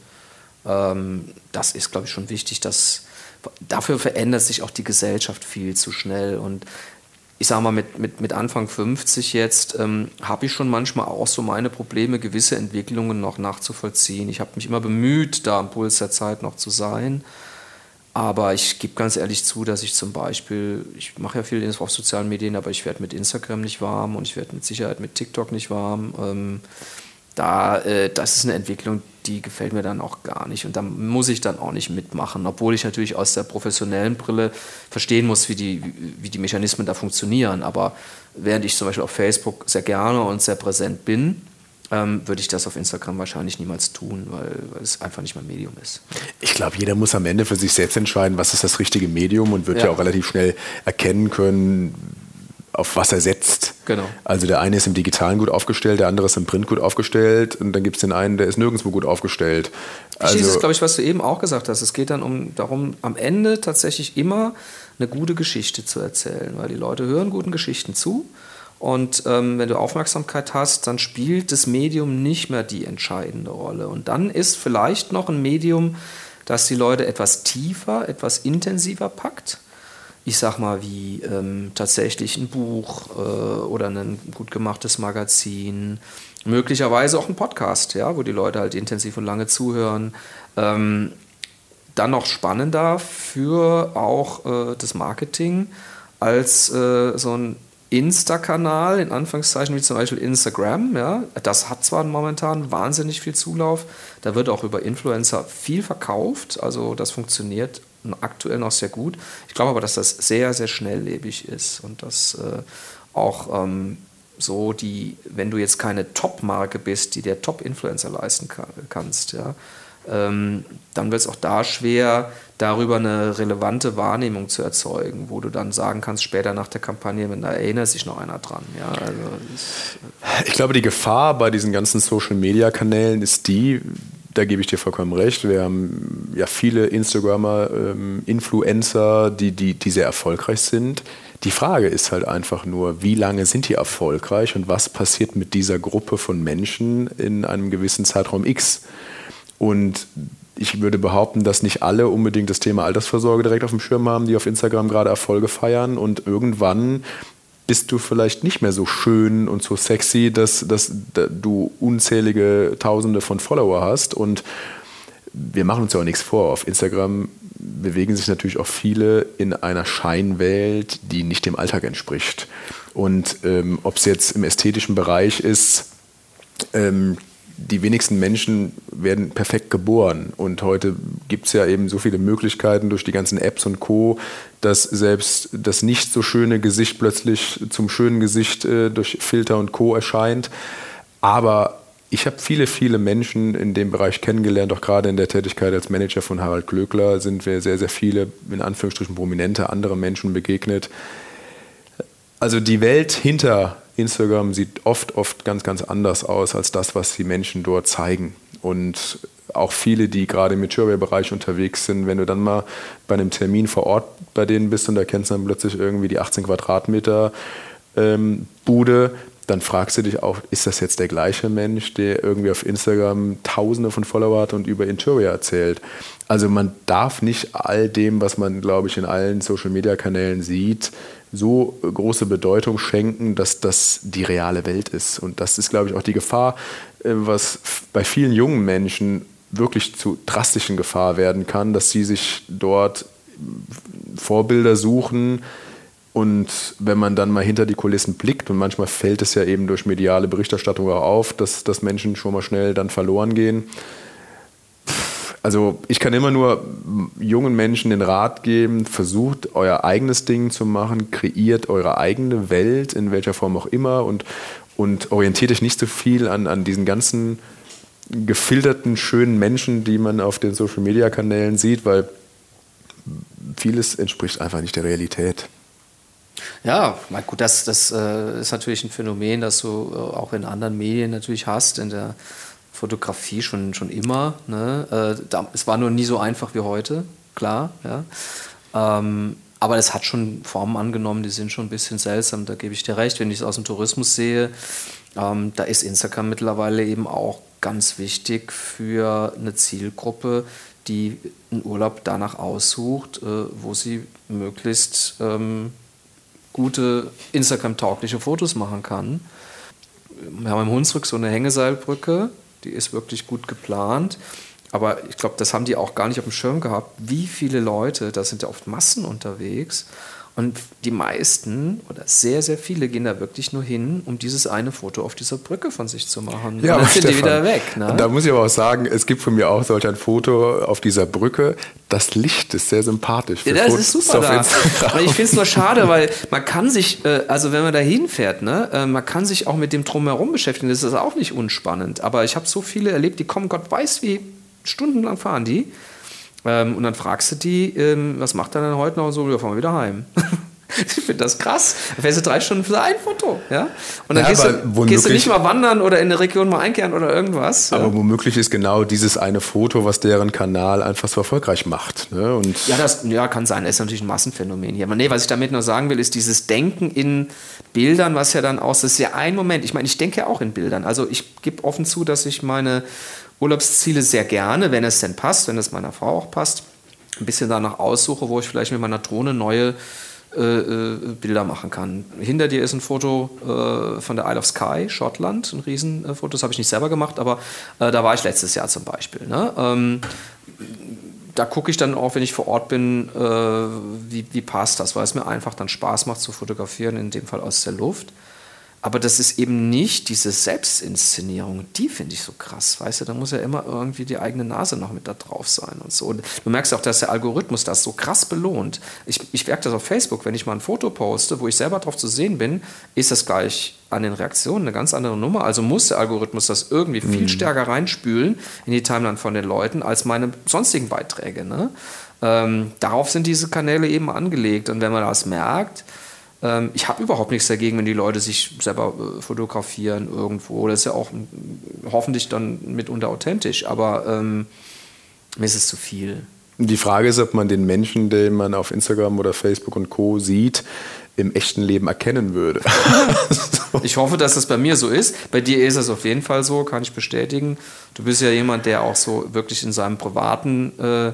S2: Ähm, das ist, glaube ich, schon wichtig. Dass, dafür verändert sich auch die Gesellschaft viel zu schnell. Und ich sage mal, mit, mit, mit Anfang fünfzig jetzt ähm, habe ich schon manchmal auch so meine Probleme, gewisse Entwicklungen noch nachzuvollziehen. Ich habe mich immer bemüht, da am Puls der Zeit noch zu sein. Aber ich gebe ganz ehrlich zu, dass ich zum Beispiel, ich mache ja viel auf sozialen Medien, aber ich werde mit Instagram nicht warm und ich werde mit Sicherheit mit TikTok nicht warm. Ähm, da, äh, das ist eine Entwicklung, die gefällt mir dann auch gar nicht und da muss ich dann auch nicht mitmachen, obwohl ich natürlich aus der professionellen Brille verstehen muss, wie die, wie die Mechanismen da funktionieren. Aber während ich zum Beispiel auf Facebook sehr gerne und sehr präsent bin, Ähm, würde ich das auf Instagram wahrscheinlich niemals tun, weil, weil es einfach nicht mein Medium ist.
S3: Ich glaube, jeder muss am Ende für sich selbst entscheiden, was ist das richtige Medium und wird ja, ja auch relativ schnell erkennen können, auf was er setzt.
S2: Genau.
S3: Also der eine ist im Digitalen gut aufgestellt, der andere ist im Print gut aufgestellt und dann gibt es den einen, der ist nirgendwo gut aufgestellt.
S2: Also Wichtig ist, glaube ich, was du eben auch gesagt hast. Es geht dann um darum, am Ende tatsächlich immer eine gute Geschichte zu erzählen, weil die Leute hören guten Geschichten zu. Und ähm, wenn du Aufmerksamkeit hast, dann spielt das Medium nicht mehr die entscheidende Rolle. Und dann ist vielleicht noch ein Medium, dass die Leute etwas tiefer, etwas intensiver packt. Ich sag mal, wie ähm, tatsächlich ein Buch äh, oder ein gut gemachtes Magazin, möglicherweise auch ein Podcast, ja, wo die Leute halt intensiv und lange zuhören. Ähm, dann noch spannender für auch äh, das Marketing als äh, so ein Insta-Kanal, in Anführungszeichen, wie zum Beispiel Instagram. Ja. Das hat zwar momentan wahnsinnig viel Zulauf, da wird auch über Influencer viel verkauft, also das funktioniert aktuell noch sehr gut. Ich glaube aber, dass das sehr, sehr schnelllebig ist und dass äh, auch ähm, so die, wenn du jetzt keine Top-Marke bist, die der Top-Influencer leisten kann, kannst, ja, ähm, dann wird es auch da schwer, darüber eine relevante Wahrnehmung zu erzeugen, wo du dann sagen kannst, später nach der Kampagne, da erinnert sich noch einer dran. Ja, also das,
S3: ich glaube, die Gefahr bei diesen ganzen Social-Media-Kanälen ist die, da gebe ich dir vollkommen recht. Wir haben ja viele Instagrammer, ähm, Influencer, die, die, die sehr erfolgreich sind. Die Frage ist halt einfach nur, wie lange sind die erfolgreich und was passiert mit dieser Gruppe von Menschen in einem gewissen Zeitraum X? Und ich würde behaupten, dass nicht alle unbedingt das Thema Altersvorsorge direkt auf dem Schirm haben, die auf Instagram gerade Erfolge feiern, und irgendwann bist du vielleicht nicht mehr so schön und so sexy, dass, dass du unzählige Tausende von Follower hast. Und wir machen uns ja auch nichts vor. Auf Instagram bewegen sich natürlich auch viele in einer Scheinwelt, die nicht dem Alltag entspricht. Und ähm, ob es jetzt im ästhetischen Bereich ist, ähm, die wenigsten Menschen werden perfekt geboren. Und heute gibt es ja eben so viele Möglichkeiten durch die ganzen Apps und Co., dass selbst das nicht so schöne Gesicht plötzlich zum schönen Gesicht äh, durch Filter und Co. erscheint. Aber ich habe viele, viele Menschen in dem Bereich kennengelernt, auch gerade in der Tätigkeit als Manager von Harald Glöckler sind wir sehr, sehr viele, in Anführungsstrichen prominente, andere Menschen begegnet. Also die Welt hinter Instagram sieht oft, oft ganz, ganz anders aus als das, was die Menschen dort zeigen. Und auch viele, die gerade im Matureware-Bereich unterwegs sind, wenn du dann mal bei einem Termin vor Ort bei denen bist und da kennst du dann plötzlich irgendwie die achtzehn Quadratmeter ähm, Bude, dann fragst du dich auch, ist das jetzt der gleiche Mensch, der irgendwie auf Instagram Tausende von Follower hat und über Interior erzählt? Also man darf nicht all dem, was man, glaube ich, in allen Social-Media-Kanälen sieht, so große Bedeutung schenken, dass das die reale Welt ist. Und das ist, glaube ich, auch die Gefahr, was bei vielen jungen Menschen wirklich zu drastischen Gefahr werden kann, dass sie sich dort Vorbilder suchen. Und wenn man dann mal hinter die Kulissen blickt, und manchmal fällt es ja eben durch mediale Berichterstattung auch auf, dass, dass Menschen schon mal schnell dann verloren gehen. Also ich kann immer nur jungen Menschen den Rat geben, versucht euer eigenes Ding zu machen, kreiert eure eigene Welt, in welcher Form auch immer, und, und orientiert euch nicht so viel an, an diesen ganzen gefilterten, schönen Menschen, die man auf den Social-Media-Kanälen sieht, weil vieles entspricht einfach nicht der Realität.
S2: Ja, na gut, das, das äh, ist natürlich ein Phänomen, das du äh, auch in anderen Medien natürlich hast, in der Fotografie schon, schon immer. Ne? Äh, da, es war nur nie so einfach wie heute, klar. Ja? Ähm, aber es hat schon Formen angenommen, die sind schon ein bisschen seltsam, da gebe ich dir recht. Wenn ich es aus dem Tourismus sehe, ähm, da ist Instagram mittlerweile eben auch ganz wichtig für eine Zielgruppe, die einen Urlaub danach aussucht, äh, wo sie möglichst ähm, gute Instagram-taugliche Fotos machen kann. Wir haben im Hunsrück so eine Hängeseilbrücke, die ist wirklich gut geplant, aber ich glaube, das haben die auch gar nicht auf dem Schirm gehabt, wie viele Leute, da sind ja oft Massen unterwegs, und die meisten oder sehr, sehr viele gehen da wirklich nur hin, um dieses eine Foto auf dieser Brücke von sich zu machen.
S3: Ja,
S2: und dann sind
S3: Stefan,
S2: die wieder weg. Ne?
S3: Da muss ich aber auch sagen, es gibt von mir auch solch ein Foto auf dieser Brücke. Das Licht ist sehr sympathisch.
S2: Ja, das Fotos ist super da. Ich finde es nur schade, weil man kann sich, also wenn man da hinfährt, ne, man kann sich auch mit dem Drumherum beschäftigen. Das ist auch nicht unspannend. Aber ich habe so viele erlebt, die kommen, Gott weiß wie, stundenlang fahren die. Und dann fragst du die, was macht er denn heute noch? Und so, wir fahren wieder heim. Ich finde das krass. Da fährst du drei Stunden für ein Foto. Ja? Und dann
S3: ja,
S2: gehst, du, gehst du nicht mal wandern oder in der Region mal einkehren oder irgendwas.
S3: Aber
S2: ja?
S3: womöglich ist genau dieses eine Foto, was deren Kanal einfach so erfolgreich macht. Ne? Und
S2: ja, das ja, kann sein. Das ist natürlich ein Massenphänomen hier. Aber nee, was ich damit nur sagen will, ist dieses Denken in Bildern, was ja dann aus, das ist ja ein Moment. Ich meine, ich denke ja auch in Bildern. Also ich gebe offen zu, dass ich meine Urlaubsziele sehr gerne, wenn es denn passt, wenn es meiner Frau auch passt, ein bisschen danach aussuche, wo ich vielleicht mit meiner Drohne neue äh, äh, Bilder machen kann. Hinter dir ist ein Foto äh, von der Isle of Skye, Schottland, ein Riesenfoto. Das habe ich nicht selber gemacht, aber äh, da war ich letztes Jahr zum Beispiel. Ne? Ähm, da gucke ich dann auch, wenn ich vor Ort bin, äh, wie, wie passt das, weil es mir einfach dann Spaß macht zu fotografieren, in dem Fall aus der Luft. Aber das ist eben nicht diese Selbstinszenierung, die finde ich so krass, weißt du, da muss ja immer irgendwie die eigene Nase noch mit da drauf sein und so. Und du merkst auch, dass der Algorithmus das so krass belohnt. Ich, ich merke das auf Facebook, wenn ich mal ein Foto poste, wo ich selber drauf zu sehen bin, ist das gleich an den Reaktionen eine ganz andere Nummer. Also muss der Algorithmus das irgendwie viel stärker reinspülen in die Timeline von den Leuten als meine sonstigen Beiträge. Ne? Ähm, darauf sind diese Kanäle eben angelegt. Und wenn man das merkt, ich habe überhaupt nichts dagegen, wenn die Leute sich selber äh, fotografieren irgendwo. Das ist ja auch m, hoffentlich dann mitunter authentisch, aber ähm, mir ist es zu viel.
S3: Die Frage ist, ob man den Menschen, den man auf Instagram oder Facebook und Co. sieht, im echten Leben erkennen würde.
S2: So. Ich hoffe, dass das bei mir so ist. Bei dir ist es auf jeden Fall so, kann ich bestätigen. Du bist ja jemand, der auch so wirklich in seinem privaten äh,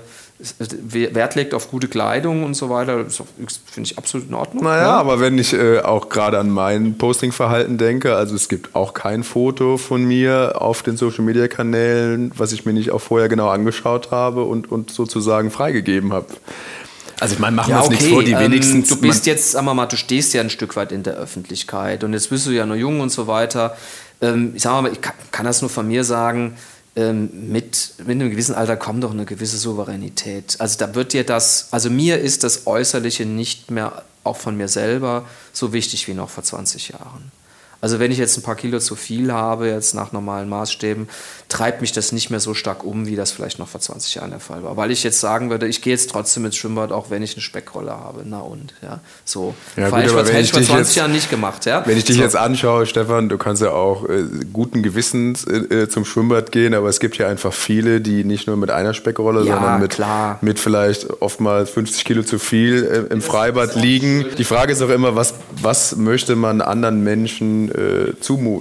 S2: Wert legt auf gute Kleidung und so weiter. Das finde ich absolut in Ordnung.
S3: Naja,
S2: ja?
S3: aber wenn ich äh, auch gerade an mein Postingverhalten denke, also es gibt auch kein Foto von mir auf den Social-Media-Kanälen, was ich mir nicht auch vorher genau angeschaut habe und, und sozusagen freigegeben habe. Also ich meine, machen wir
S2: ja,
S3: uns
S2: okay.
S3: nichts vor, die wenigsten...
S2: Ähm, du bist jetzt, sagen wir mal, du stehst ja ein Stück weit in der Öffentlichkeit und jetzt bist du ja noch jung und so weiter. Ähm, ich sag mal, ich kann, kann das nur von mir sagen, ähm, mit, mit einem gewissen Alter kommt doch eine gewisse Souveränität. Also da wird dir das, also mir ist das Äußerliche nicht mehr, auch von mir selber, so wichtig wie noch vor zwanzig Jahren. Also wenn ich jetzt ein paar Kilo zu viel habe, jetzt nach normalen Maßstäben, treibt mich das nicht mehr so stark um, wie das vielleicht noch vor zwanzig Jahren der Fall war. Weil ich jetzt sagen würde, ich gehe jetzt trotzdem ins Schwimmbad, auch wenn ich eine Speckrolle habe. Na und, ja, so.
S3: Ja,
S2: gut, ich
S3: aber
S2: hätte
S3: wenn
S2: ich
S3: ich
S2: vor
S3: dich
S2: zwanzig
S3: jetzt,
S2: Jahren nicht gemacht, ja.
S3: Wenn ich dich
S2: so.
S3: jetzt anschaue, Stefan, du kannst ja auch äh, guten Gewissens äh, zum Schwimmbad gehen, aber es gibt ja einfach viele, die nicht nur mit einer Speckrolle,
S2: ja,
S3: sondern mit,
S2: klar.
S3: mit vielleicht oftmals fünfzig Kilo zu viel äh, im Freibad liegen. Die Frage ist auch immer, was, was möchte man anderen Menschen äh, zumuten?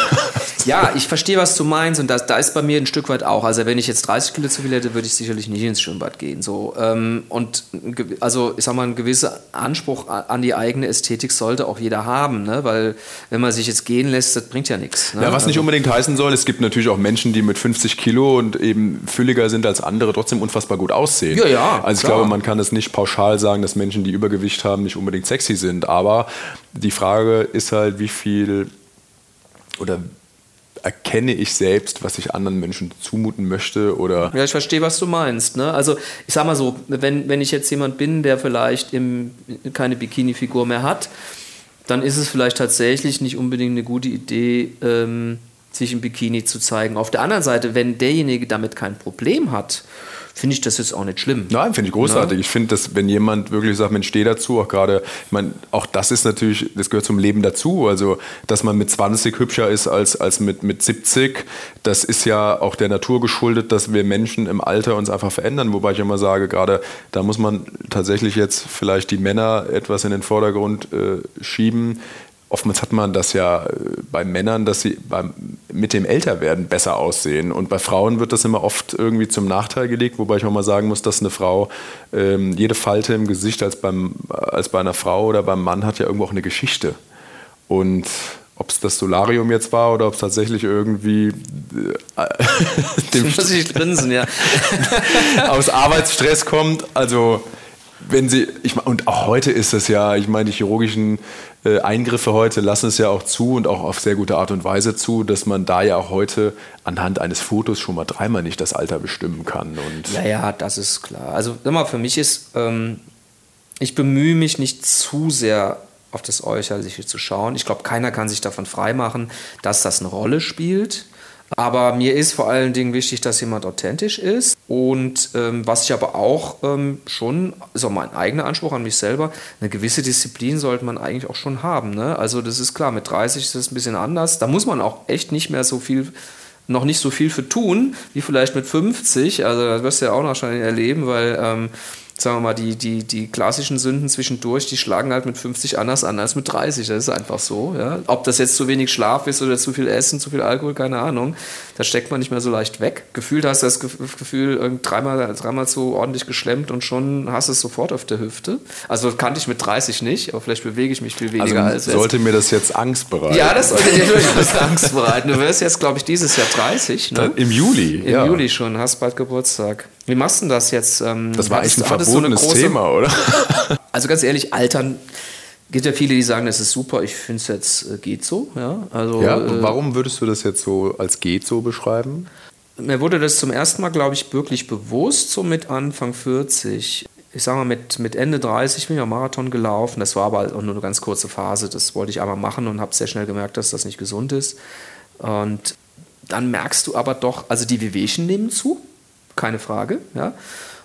S2: Ja, ich verstehe, was du meinst und das, da ist bei mir ein Stück weit auch. Also wenn ich jetzt dreißig Kilo zu viel hätte, würde ich sicherlich nicht ins Schwimmbad gehen. So. Und also ich sag mal, ein gewisser Anspruch an die eigene Ästhetik sollte auch jeder haben, ne? Weil wenn man sich jetzt gehen lässt, das bringt ja nichts. Ne?
S3: Ja, was nicht unbedingt heißen soll, es gibt natürlich auch Menschen, die mit fünfzig Kilo und eben fülliger sind als andere, trotzdem unfassbar gut aussehen.
S2: Ja, ja.
S3: Also ich
S2: klar.
S3: glaube, man kann es nicht pauschal sagen, dass Menschen, die Übergewicht haben, nicht unbedingt sexy sind. Aber die Frage ist halt, wie viel oder erkenne ich selbst, was ich anderen Menschen zumuten möchte oder...
S2: Ja, ich verstehe, was du meinst. Ne? Also ich sag mal so, wenn, wenn ich jetzt jemand bin, der vielleicht im, keine Bikini-Figur mehr hat, dann ist es vielleicht tatsächlich nicht unbedingt eine gute Idee, ähm, sich im Bikini zu zeigen. Auf der anderen Seite, wenn derjenige damit kein Problem hat, finde ich das jetzt auch nicht schlimm.
S3: Nein, finde ich großartig.
S2: Ja.
S3: Ich finde, dass wenn jemand wirklich sagt, Mensch, steh dazu, auch gerade, ich meine, auch das ist natürlich, das gehört zum Leben dazu. Also, dass man mit zwanzig hübscher ist als, als mit, mit siebzig, das ist ja auch der Natur geschuldet, dass wir Menschen im Alter uns einfach verändern. Wobei ich immer sage, gerade da muss man tatsächlich jetzt vielleicht die Männer etwas in den Vordergrund äh, schieben. Oftmals hat man das ja bei Männern, dass sie beim, mit dem Älterwerden besser aussehen. Und bei Frauen wird das immer oft irgendwie zum Nachteil gelegt, wobei ich auch mal sagen muss, dass eine Frau ähm, jede Falte im Gesicht als, beim, als bei einer Frau oder beim Mann hat ja irgendwo auch eine Geschichte. Und ob es das Solarium jetzt war oder ob es tatsächlich irgendwie äh, dem
S2: muss ich grinsen, ja.
S3: aus Arbeitsstress kommt, also wenn sie, ich, und auch heute ist es ja, ich meine, die chirurgischen äh, Eingriffe heute lassen es ja auch zu und auch auf sehr gute Art und Weise zu, dass man da ja auch heute anhand eines Fotos schon mal dreimal nicht das Alter bestimmen kann. Und
S2: ja, ja, das ist klar. Also immer für mich ist, ähm, ich bemühe mich nicht zu sehr auf das Äußerliche zu schauen. Ich glaube, keiner kann sich davon freimachen, dass das eine Rolle spielt. Aber mir ist vor allen Dingen wichtig, dass jemand authentisch ist. Und ähm, was ich aber auch ähm, schon, ist auch mein eigener Anspruch an mich selber, eine gewisse Disziplin sollte man eigentlich auch schon haben. Ne? Also das ist klar, mit dreißig ist es ein bisschen anders. Da muss man auch echt nicht mehr so viel, noch nicht so viel für tun, wie vielleicht mit fünfzig. Also das wirst du ja auch noch wahrscheinlich erleben, weil... Ähm, sagen wir mal, die, die, die klassischen Sünden zwischendurch, die schlagen halt mit fünfzig anders an als mit dreißig. Das ist einfach so. Ja? Ob das jetzt zu wenig Schlaf ist oder zu viel Essen, zu viel Alkohol, keine Ahnung. Da steckt man nicht mehr so leicht weg. Gefühlt hast du das Gefühl, dreimal, dreimal so ordentlich geschlemmt und schon hast du es sofort auf der Hüfte. Also das kannte ich mit dreißig nicht, aber vielleicht bewege ich mich viel weniger
S3: also
S2: als jetzt.
S3: Sollte mir das jetzt Angst bereiten?
S2: Ja, das sollte dir durchaus Angst bereiten. Du wirst jetzt, glaube ich, dieses Jahr dreißig. Ne?
S3: Dann Im Juli,
S2: Im
S3: ja.
S2: Juli schon, hast bald Geburtstag. Wie machst du denn das jetzt? Ähm,
S3: das war eigentlich ein
S2: hattest,
S3: verbotenes
S2: hattest so große,
S3: Thema, oder?
S2: Also ganz ehrlich, Altern, gibt ja viele, die sagen, das ist super, ich finde es jetzt äh, geht so. Ja, also,
S3: ja,
S2: äh,
S3: warum würdest du das jetzt so als geht so beschreiben?
S2: Mir wurde das zum ersten Mal, glaube ich, wirklich bewusst, so mit Anfang vierzig. Ich sage mal, mit, mit Ende dreißig bin ich auch Marathon gelaufen. Das war aber auch nur eine ganz kurze Phase. Das wollte ich einmal machen und habe sehr schnell gemerkt, dass das nicht gesund ist. Und dann merkst du aber doch, also die Wehwehchen nehmen zu. Keine Frage, ja.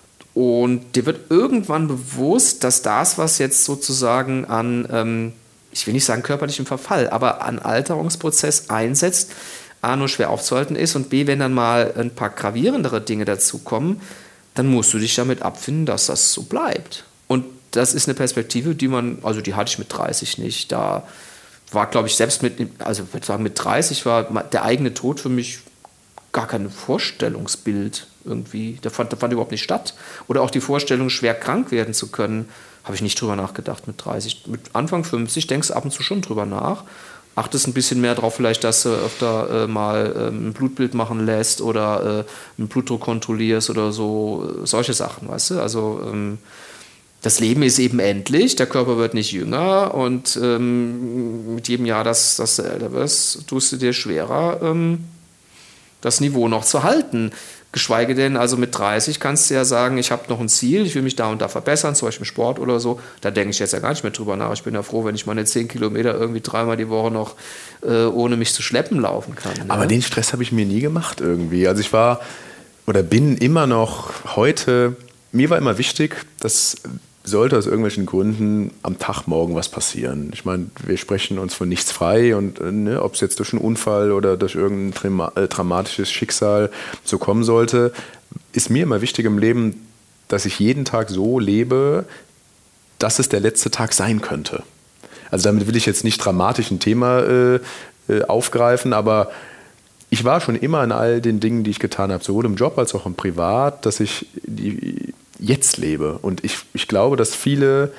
S2: Und dir wird irgendwann bewusst, dass das, was jetzt sozusagen an, ähm, ich will nicht sagen körperlichem Verfall, aber an Alterungsprozess einsetzt, A, nur schwer aufzuhalten ist und B, wenn dann mal ein paar gravierendere Dinge dazukommen, dann musst du dich damit abfinden, dass das so bleibt. Und das ist eine Perspektive, die man, also die hatte ich mit dreißig nicht. Da war, glaube ich, selbst mit, also ich würde sagen, mit dreißig war der eigene Tod für mich gar kein Vorstellungsbild irgendwie. Der fand, der fand überhaupt nicht statt. Oder auch die Vorstellung, schwer krank werden zu können, habe ich nicht drüber nachgedacht mit dreißig. Mit Anfang fünfzig denkst du ab und zu schon drüber nach. Achtest ein bisschen mehr drauf, vielleicht, dass du öfter äh, mal äh, ein Blutbild machen lässt oder äh, einen Blutdruck kontrollierst oder so. Äh, solche Sachen, weißt du? Also ähm, das Leben ist eben endlich, der Körper wird nicht jünger und ähm, mit jedem Jahr, dass, dass du älter wirst, tust du dir schwerer, ähm, das Niveau noch zu halten. Geschweige denn, also mit dreißig kannst du ja sagen, ich habe noch ein Ziel, ich will mich da und da verbessern, zum Beispiel im Sport oder so. Da denke ich jetzt ja gar nicht mehr drüber nach. Ich bin ja froh, wenn ich meine zehn Kilometer irgendwie dreimal die Woche noch äh, ohne mich zu schleppen laufen kann.
S3: Aber ja? Den Stress habe ich mir nie gemacht irgendwie. Also ich war oder bin immer noch heute, mir war immer wichtig, dass sollte aus irgendwelchen Gründen am Tag morgen was passieren. Ich meine, wir sprechen uns von nichts frei und ne, ob es jetzt durch einen Unfall oder durch irgendein Trima- äh, dramatisches Schicksal so kommen sollte, ist mir immer wichtig im Leben, dass ich jeden Tag so lebe, dass es der letzte Tag sein könnte. Also damit will ich jetzt nicht dramatisch ein Thema äh, äh, aufgreifen, aber ich war schon immer in all den Dingen, die ich getan habe, sowohl im Job als auch im Privat, dass ich die jetzt lebe. Und ich, ich glaube, dass viele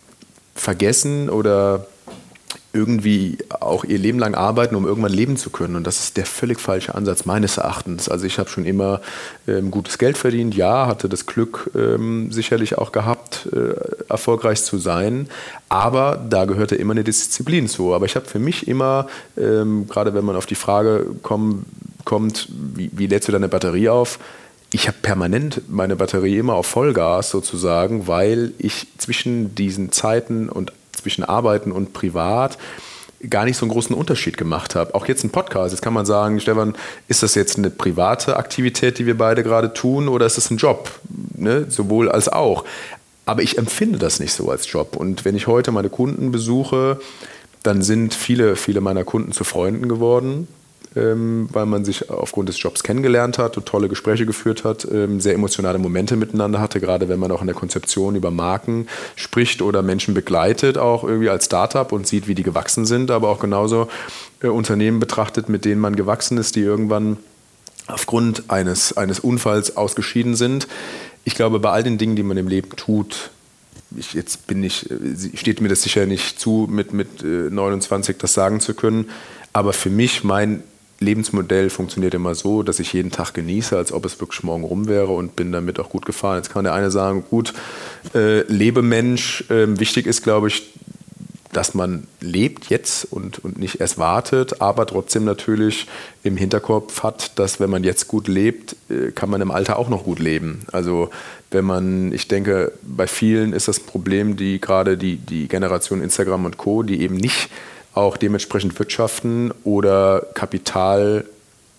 S3: vergessen oder irgendwie auch ihr Leben lang arbeiten, um irgendwann leben zu können. Und das ist der völlig falsche Ansatz meines Erachtens. Also ich habe schon immer ähm, gutes Geld verdient, ja, hatte das Glück ähm, sicherlich auch gehabt, äh, erfolgreich zu sein. Aber da gehörte immer eine Disziplin zu. Aber ich habe für mich immer, ähm, gerade wenn man auf die Frage komm, kommt, wie, wie lädst du deine Batterie auf, ich habe permanent meine Batterie immer auf Vollgas sozusagen, weil ich zwischen diesen Zeiten und zwischen Arbeiten und Privat gar nicht so einen großen Unterschied gemacht habe. Auch jetzt ein Podcast, jetzt kann man sagen, Stefan, ist das jetzt eine private Aktivität, die wir beide gerade tun, oder ist das ein Job? Ne? Sowohl als auch. Aber ich empfinde das nicht so als Job. Und wenn ich heute meine Kunden besuche, dann sind viele, viele meiner Kunden zu Freunden geworden, Ähm, weil man sich aufgrund des Jobs kennengelernt hat und tolle Gespräche geführt hat, ähm, sehr emotionale Momente miteinander hatte, gerade wenn man auch in der Konzeption über Marken spricht oder Menschen begleitet, auch irgendwie als Startup und sieht, wie die gewachsen sind, aber auch genauso äh, Unternehmen betrachtet, mit denen man gewachsen ist, die irgendwann aufgrund eines, eines Unfalls ausgeschieden sind. Ich glaube, bei all den Dingen, die man im Leben tut, ich, jetzt bin ich, steht mir das sicher nicht zu, mit, mit äh, neunundzwanzig das sagen zu können, aber für mich, mein Lebensmodell funktioniert immer so, dass ich jeden Tag genieße, als ob es wirklich morgen rum wäre, und bin damit auch gut gefahren. Jetzt kann der eine sagen, gut, äh, lebe Mensch, äh, wichtig ist, glaube ich, dass man lebt jetzt und, und nicht erst wartet, aber trotzdem natürlich im Hinterkopf hat, dass wenn man jetzt gut lebt, äh, kann man im Alter auch noch gut leben. Also wenn man, ich denke, bei vielen ist das Problem, die gerade die, die Generation Instagram und Co., die eben nicht auch dementsprechend wirtschaften oder Kapital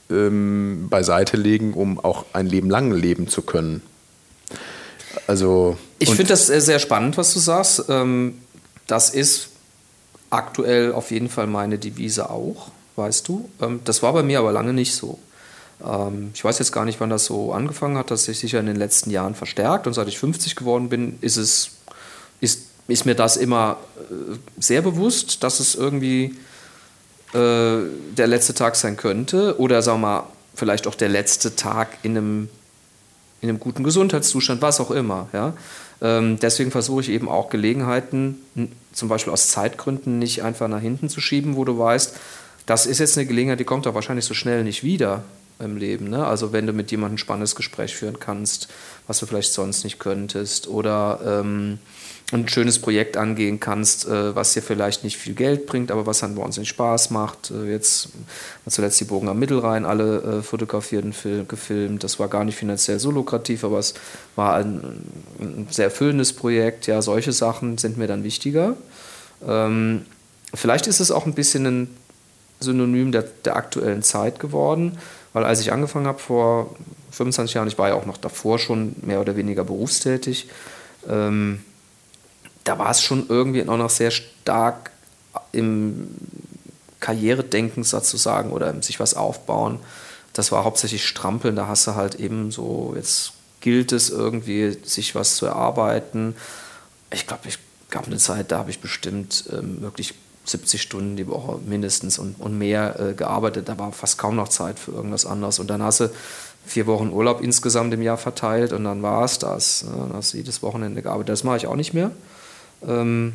S3: ähm, beiseite legen, um auch ein Leben lang leben zu können. Also,
S2: ich finde das sehr spannend, was du sagst. Das ist aktuell auf jeden Fall meine Devise auch, weißt du. Das war bei mir aber lange nicht so. Ich weiß jetzt gar nicht, wann das so angefangen hat, dass sich sicher in den letzten Jahren verstärkt. Und seit ich fünfzig geworden bin, ist es, ist, ist mir das immer sehr bewusst, dass es irgendwie äh, der letzte Tag sein könnte. Oder sagen wir mal, vielleicht auch der letzte Tag in einem, in einem guten Gesundheitszustand, was auch immer. Ja? Ähm, deswegen versuche ich eben auch Gelegenheiten, zum Beispiel aus Zeitgründen, nicht einfach nach hinten zu schieben, wo du weißt, das ist jetzt eine Gelegenheit, die kommt doch wahrscheinlich so schnell nicht wieder im Leben. Ne? Also wenn du mit jemandem ein spannendes Gespräch führen kannst, was du vielleicht sonst nicht könntest, oder ähm, ein schönes Projekt angehen kannst, äh, was dir vielleicht nicht viel Geld bringt, aber was dann wahnsinnig Spaß macht. Äh, jetzt zuletzt die Burgen am Mittelrhein alle äh, fotografiert und fil- gefilmt. Das war gar nicht finanziell so lukrativ, aber es war ein, ein sehr erfüllendes Projekt. Ja, solche Sachen sind mir dann wichtiger. Ähm, vielleicht ist es auch ein bisschen ein Synonym der, der aktuellen Zeit geworden, weil als ich angefangen habe vor fünfundzwanzig Jahren, ich war ja auch noch davor schon mehr oder weniger berufstätig, ähm, da war es schon irgendwie auch noch sehr stark im Karrieredenken sozusagen oder im sich was aufbauen. Das war hauptsächlich Strampeln, da hast du halt eben so, jetzt gilt es irgendwie, sich was zu erarbeiten. Ich glaube, ich gab eine Zeit, da habe ich bestimmt ähm, wirklich siebzig Stunden die Woche mindestens und, und mehr äh, gearbeitet. Da war fast kaum noch Zeit für irgendwas anderes. Und dann hast du vier Wochen Urlaub insgesamt im Jahr verteilt und dann war es das. Dann hast du jedes Wochenende gearbeitet. Das mache ich auch nicht mehr. Ähm,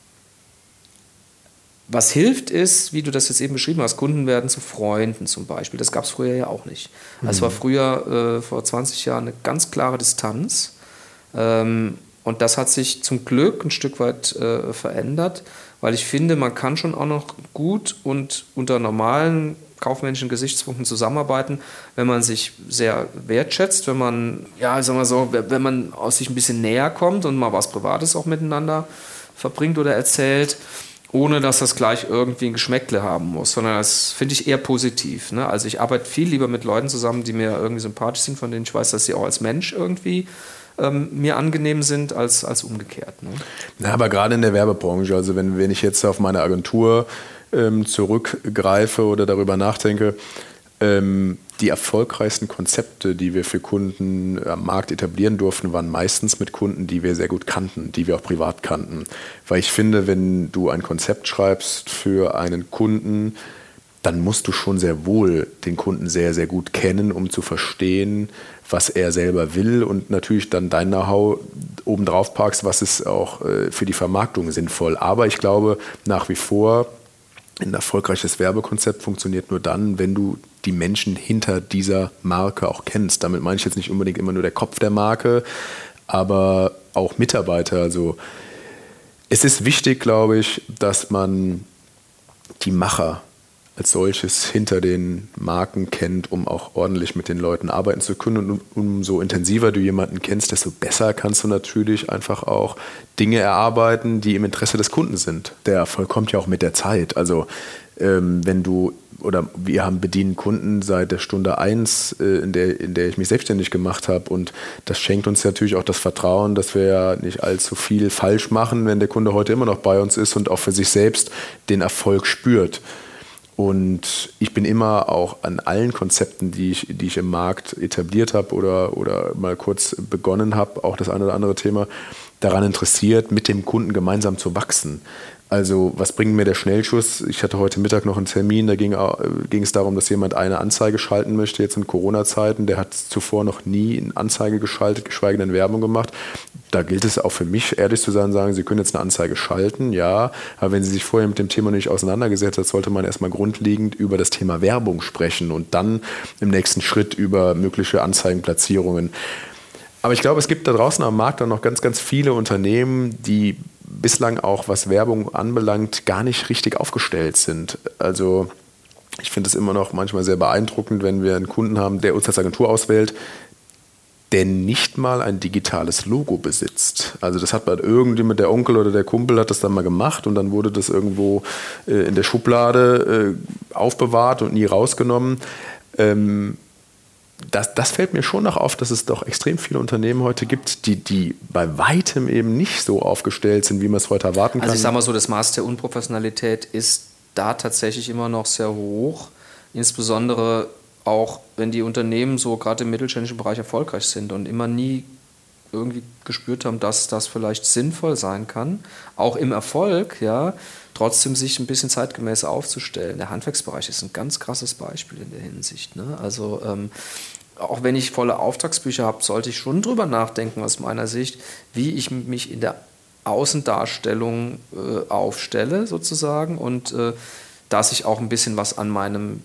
S2: was hilft ist, wie du das jetzt eben beschrieben hast, Kunden werden zu Freunden zum Beispiel. Das gab es früher ja auch nicht. Mhm. Es war früher, äh, vor zwanzig Jahren, eine ganz klare Distanz. Ähm, und das hat sich zum Glück ein Stück weit äh, verändert, weil ich finde, man kann schon auch noch gut und unter normalen kaufmännischen Gesichtspunkten zusammenarbeiten, wenn man sich sehr wertschätzt, wenn man, ja, sagen wir so, wenn man aus sich ein bisschen näher kommt und mal was Privates auch miteinander verbringt oder erzählt, ohne dass das gleich irgendwie ein Geschmäckle haben muss, sondern das finde ich eher positiv. Ne? Also ich arbeite viel lieber mit Leuten zusammen, die mir irgendwie sympathisch sind, von denen ich weiß, dass sie auch als Mensch irgendwie ähm, mir angenehm sind, als, als umgekehrt. Ne?
S3: Na, aber gerade in der Werbebranche, also wenn, wenn ich jetzt auf meine Agentur ähm, zurückgreife oder darüber nachdenke, ähm, die erfolgreichsten Konzepte, die wir für Kunden am Markt etablieren durften, waren meistens mit Kunden, die wir sehr gut kannten, die wir auch privat kannten. Weil ich finde, wenn du ein Konzept schreibst für einen Kunden, dann musst du schon sehr wohl den Kunden sehr, sehr gut kennen, um zu verstehen, was er selber will und natürlich dann dein Know-how obendrauf packst, was ist auch äh, für die Vermarktung sinnvoll. Aber ich glaube nach wie vor, ein erfolgreiches Werbekonzept funktioniert nur dann, wenn du die Menschen hinter dieser Marke auch kennst. Damit meine ich jetzt nicht unbedingt immer nur der Kopf der Marke, aber auch Mitarbeiter. Also es ist wichtig, glaube ich, dass man die Macher als solches hinter den Marken kennt, um auch ordentlich mit den Leuten arbeiten zu können. Und umso intensiver du jemanden kennst, desto besser kannst du natürlich einfach auch Dinge erarbeiten, die im Interesse des Kunden sind. Der Erfolg kommt ja auch mit der Zeit. Also ähm, wenn du, oder wir haben bedienen Kunden seit der Stunde eins, äh, in der, in der ich mich selbstständig gemacht habe, und das schenkt uns natürlich auch das Vertrauen, dass wir ja nicht allzu viel falsch machen, wenn der Kunde heute immer noch bei uns ist und auch für sich selbst den Erfolg spürt. Und ich bin immer auch an allen Konzepten, die ich, die ich im Markt etabliert habe oder, oder mal kurz begonnen habe, auch das eine oder andere Thema, daran interessiert, mit dem Kunden gemeinsam zu wachsen. Also was bringt mir der Schnellschuss? Ich hatte heute Mittag noch einen Termin, da ging, ging es darum, dass jemand eine Anzeige schalten möchte, jetzt in Corona-Zeiten. Der hat zuvor noch nie eine Anzeige geschaltet, geschweige denn Werbung gemacht. Da gilt es auch für mich, ehrlich zu sein, sagen, Sie können jetzt eine Anzeige schalten, ja, aber wenn Sie sich vorher mit dem Thema nicht auseinandergesetzt haben, sollte man erstmal grundlegend über das Thema Werbung sprechen und dann im nächsten Schritt über mögliche Anzeigenplatzierungen. Aber ich glaube, es gibt da draußen am Markt dann noch ganz, ganz viele Unternehmen, die bislang auch, was Werbung anbelangt, gar nicht richtig aufgestellt sind. Also ich finde es immer noch manchmal sehr beeindruckend, wenn wir einen Kunden haben, der uns als Agentur auswählt, der nicht mal ein digitales Logo besitzt. Also das hat mal irgendjemand, der Onkel oder der Kumpel hat das dann mal gemacht und dann wurde das irgendwo äh, in der Schublade äh, aufbewahrt und nie rausgenommen. Ähm, das, das fällt mir schon noch auf, dass es doch extrem viele Unternehmen heute gibt, die, die bei weitem eben nicht so aufgestellt sind, wie man es heute erwarten kann.
S2: Also ich sage mal so, das Maß der Unprofessionalität ist da tatsächlich immer noch sehr hoch, insbesondere auch wenn die Unternehmen so gerade im mittelständischen Bereich erfolgreich sind und immer nie irgendwie gespürt haben, dass das vielleicht sinnvoll sein kann, auch im Erfolg, ja, trotzdem sich ein bisschen zeitgemäß aufzustellen. Der Handwerksbereich ist ein ganz krasses Beispiel in der Hinsicht. Ne? Also ähm, auch wenn ich volle Auftragsbücher habe, sollte ich schon drüber nachdenken aus meiner Sicht, wie ich mich in der Außendarstellung äh, aufstelle sozusagen und äh, dass ich auch ein bisschen was an meinem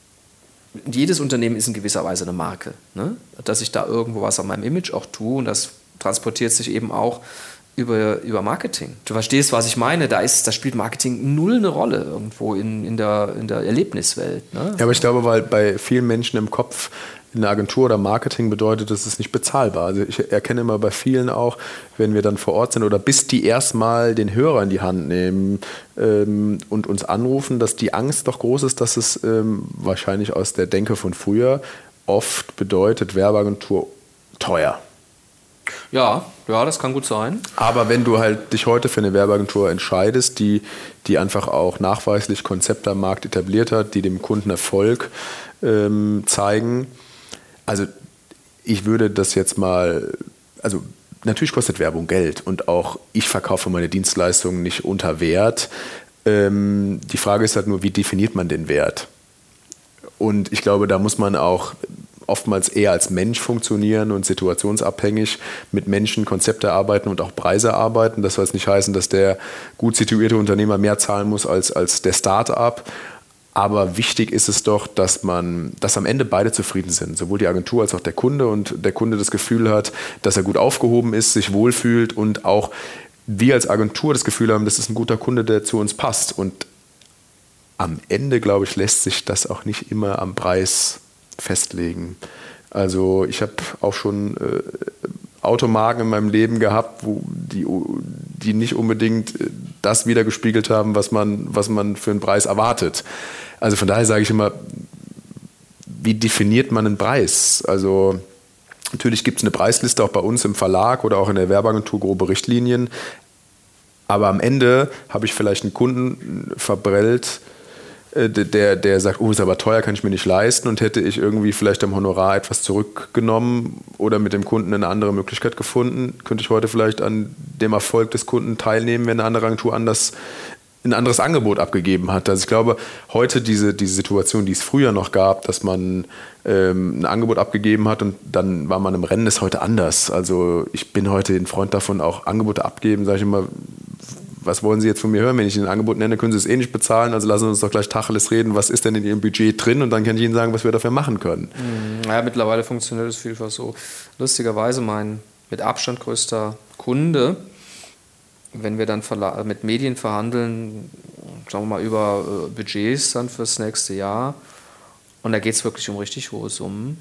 S2: jedes Unternehmen ist in gewisser Weise eine Marke, ne? Dass ich da irgendwo was an meinem Image auch tue und das transportiert sich eben auch über, über Marketing. Du verstehst, was ich meine, da, ist, da spielt Marketing null eine Rolle irgendwo in, in, der, in der Erlebniswelt. Ne?
S3: Ja, aber ich glaube, weil bei vielen Menschen im Kopf in der Agentur oder Marketing bedeutet, das ist nicht bezahlbar. Also ich erkenne immer bei vielen auch, wenn wir dann vor Ort sind oder bis die erstmal den Hörer in die Hand nehmen ähm, und uns anrufen, dass die Angst doch groß ist, dass es ähm, wahrscheinlich aus der Denke von früher oft bedeutet, Werbeagentur teuer.
S2: Ja, ja, das kann gut sein.
S3: Aber wenn du halt dich heute für eine Werbeagentur entscheidest, die, die einfach auch nachweislich Konzepte am Markt etabliert hat, die dem Kunden Erfolg ähm, zeigen, also ich würde das jetzt mal, also natürlich kostet Werbung Geld und auch ich verkaufe meine Dienstleistungen nicht unter Wert. Ähm, die Frage ist halt nur, wie definiert man den Wert? Und ich glaube, da muss man auch oftmals eher als Mensch funktionieren und situationsabhängig mit Menschen Konzepte erarbeiten und auch Preise erarbeiten. Das soll jetzt nicht heißen, dass der gut situierte Unternehmer mehr zahlen muss als, als der Start-up. Aber wichtig ist es doch, dass man, dass am Ende beide zufrieden sind, sowohl die Agentur als auch der Kunde und der Kunde das Gefühl hat, dass er gut aufgehoben ist, sich wohlfühlt und auch wir als Agentur das Gefühl haben, das ist ein guter Kunde, der zu uns passt. Und am Ende, glaube ich, lässt sich das auch nicht immer am Preis festlegen. Also ich habe auch schon äh, Automarken in meinem Leben gehabt, wo die, die nicht unbedingt das wiedergespiegelt haben, was man, was man für einen Preis erwartet. Also von daher sage ich immer, wie definiert man einen Preis? Also natürlich gibt es eine Preisliste auch bei uns im Verlag oder auch in der Werbeagentur, grobe Richtlinien. Aber am Ende habe ich vielleicht einen Kunden verbrellt, Der, der sagt, oh, ist aber teuer, kann ich mir nicht leisten und hätte ich irgendwie vielleicht am Honorar etwas zurückgenommen oder mit dem Kunden eine andere Möglichkeit gefunden, könnte ich heute vielleicht an dem Erfolg des Kunden teilnehmen, wenn eine andere Agentur anders ein anderes Angebot abgegeben hat. Also ich glaube, heute diese, diese Situation, die es früher noch gab, dass man ähm, ein Angebot abgegeben hat und dann war man im Rennen, ist heute anders. Also ich bin heute ein Freund davon, auch Angebote abgeben, sage ich immer, was wollen Sie jetzt von mir hören? Wenn ich Ihnen ein Angebot nenne, können Sie es eh nicht bezahlen. Also lassen Sie uns doch gleich Tacheles reden. Was ist denn in Ihrem Budget drin? Und dann kann ich Ihnen sagen, was wir dafür machen können.
S2: Ja, mittlerweile funktioniert es vielfach so. Lustigerweise mein mit Abstand größter Kunde, wenn wir dann mit Medien verhandeln, sagen wir mal über Budgets dann fürs nächste Jahr. Und da geht es wirklich um richtig hohe Summen.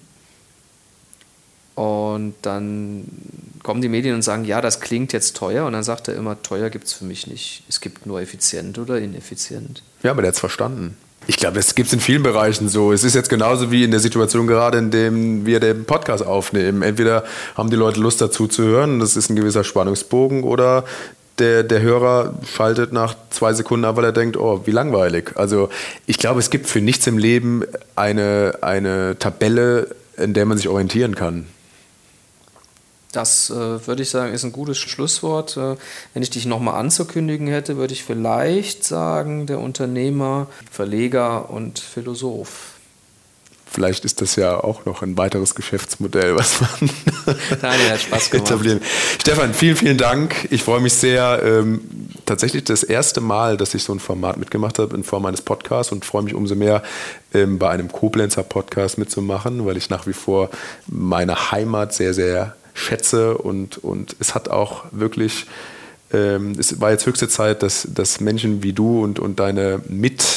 S2: Und dann kommen die Medien und sagen, ja, das klingt jetzt teuer. Und dann sagt er immer, teuer gibt es für mich nicht. Es gibt nur effizient oder ineffizient.
S3: Ja, aber der hat es verstanden. Ich glaube, das gibt es in vielen Bereichen so. Es ist jetzt genauso wie in der Situation gerade, in der wir den Podcast aufnehmen. Entweder haben die Leute Lust dazu zu hören, das ist ein gewisser Spannungsbogen, oder der, der Hörer schaltet nach zwei Sekunden ab, weil er denkt, oh, wie langweilig. Also ich glaube, es gibt für nichts im Leben eine, eine Tabelle, in der man sich orientieren kann.
S2: Das äh, würde ich sagen, ist ein gutes Schlusswort. Äh, wenn ich dich nochmal anzukündigen hätte, würde ich vielleicht sagen, der Unternehmer, Verleger und Philosoph.
S3: Vielleicht ist das ja auch noch ein weiteres Geschäftsmodell, was man
S2: Daniel, hat Spaß gemacht.
S3: etablieren. Stefan, vielen, vielen Dank. Ich freue mich sehr. Ähm, tatsächlich das erste Mal, dass ich so ein Format mitgemacht habe in Form eines Podcasts und freue mich umso mehr, ähm, bei einem Koblenzer Podcast mitzumachen, weil ich nach wie vor meine Heimat sehr, sehr schätze und, und es hat auch wirklich, ähm, es war jetzt höchste Zeit, dass, dass Menschen wie du und, und deine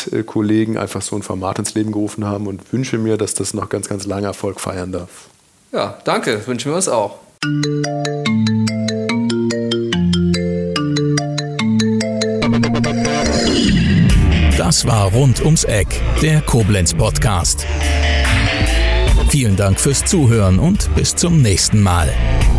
S3: Mitkollegen einfach so ein Format ins Leben gerufen haben und wünsche mir, dass das noch ganz, ganz lange Erfolg feiern darf.
S2: Ja, danke, wünschen wir uns auch.
S1: Das war Rund ums Eck, der Koblenz-Podcast. Vielen Dank fürs Zuhören und bis zum nächsten Mal.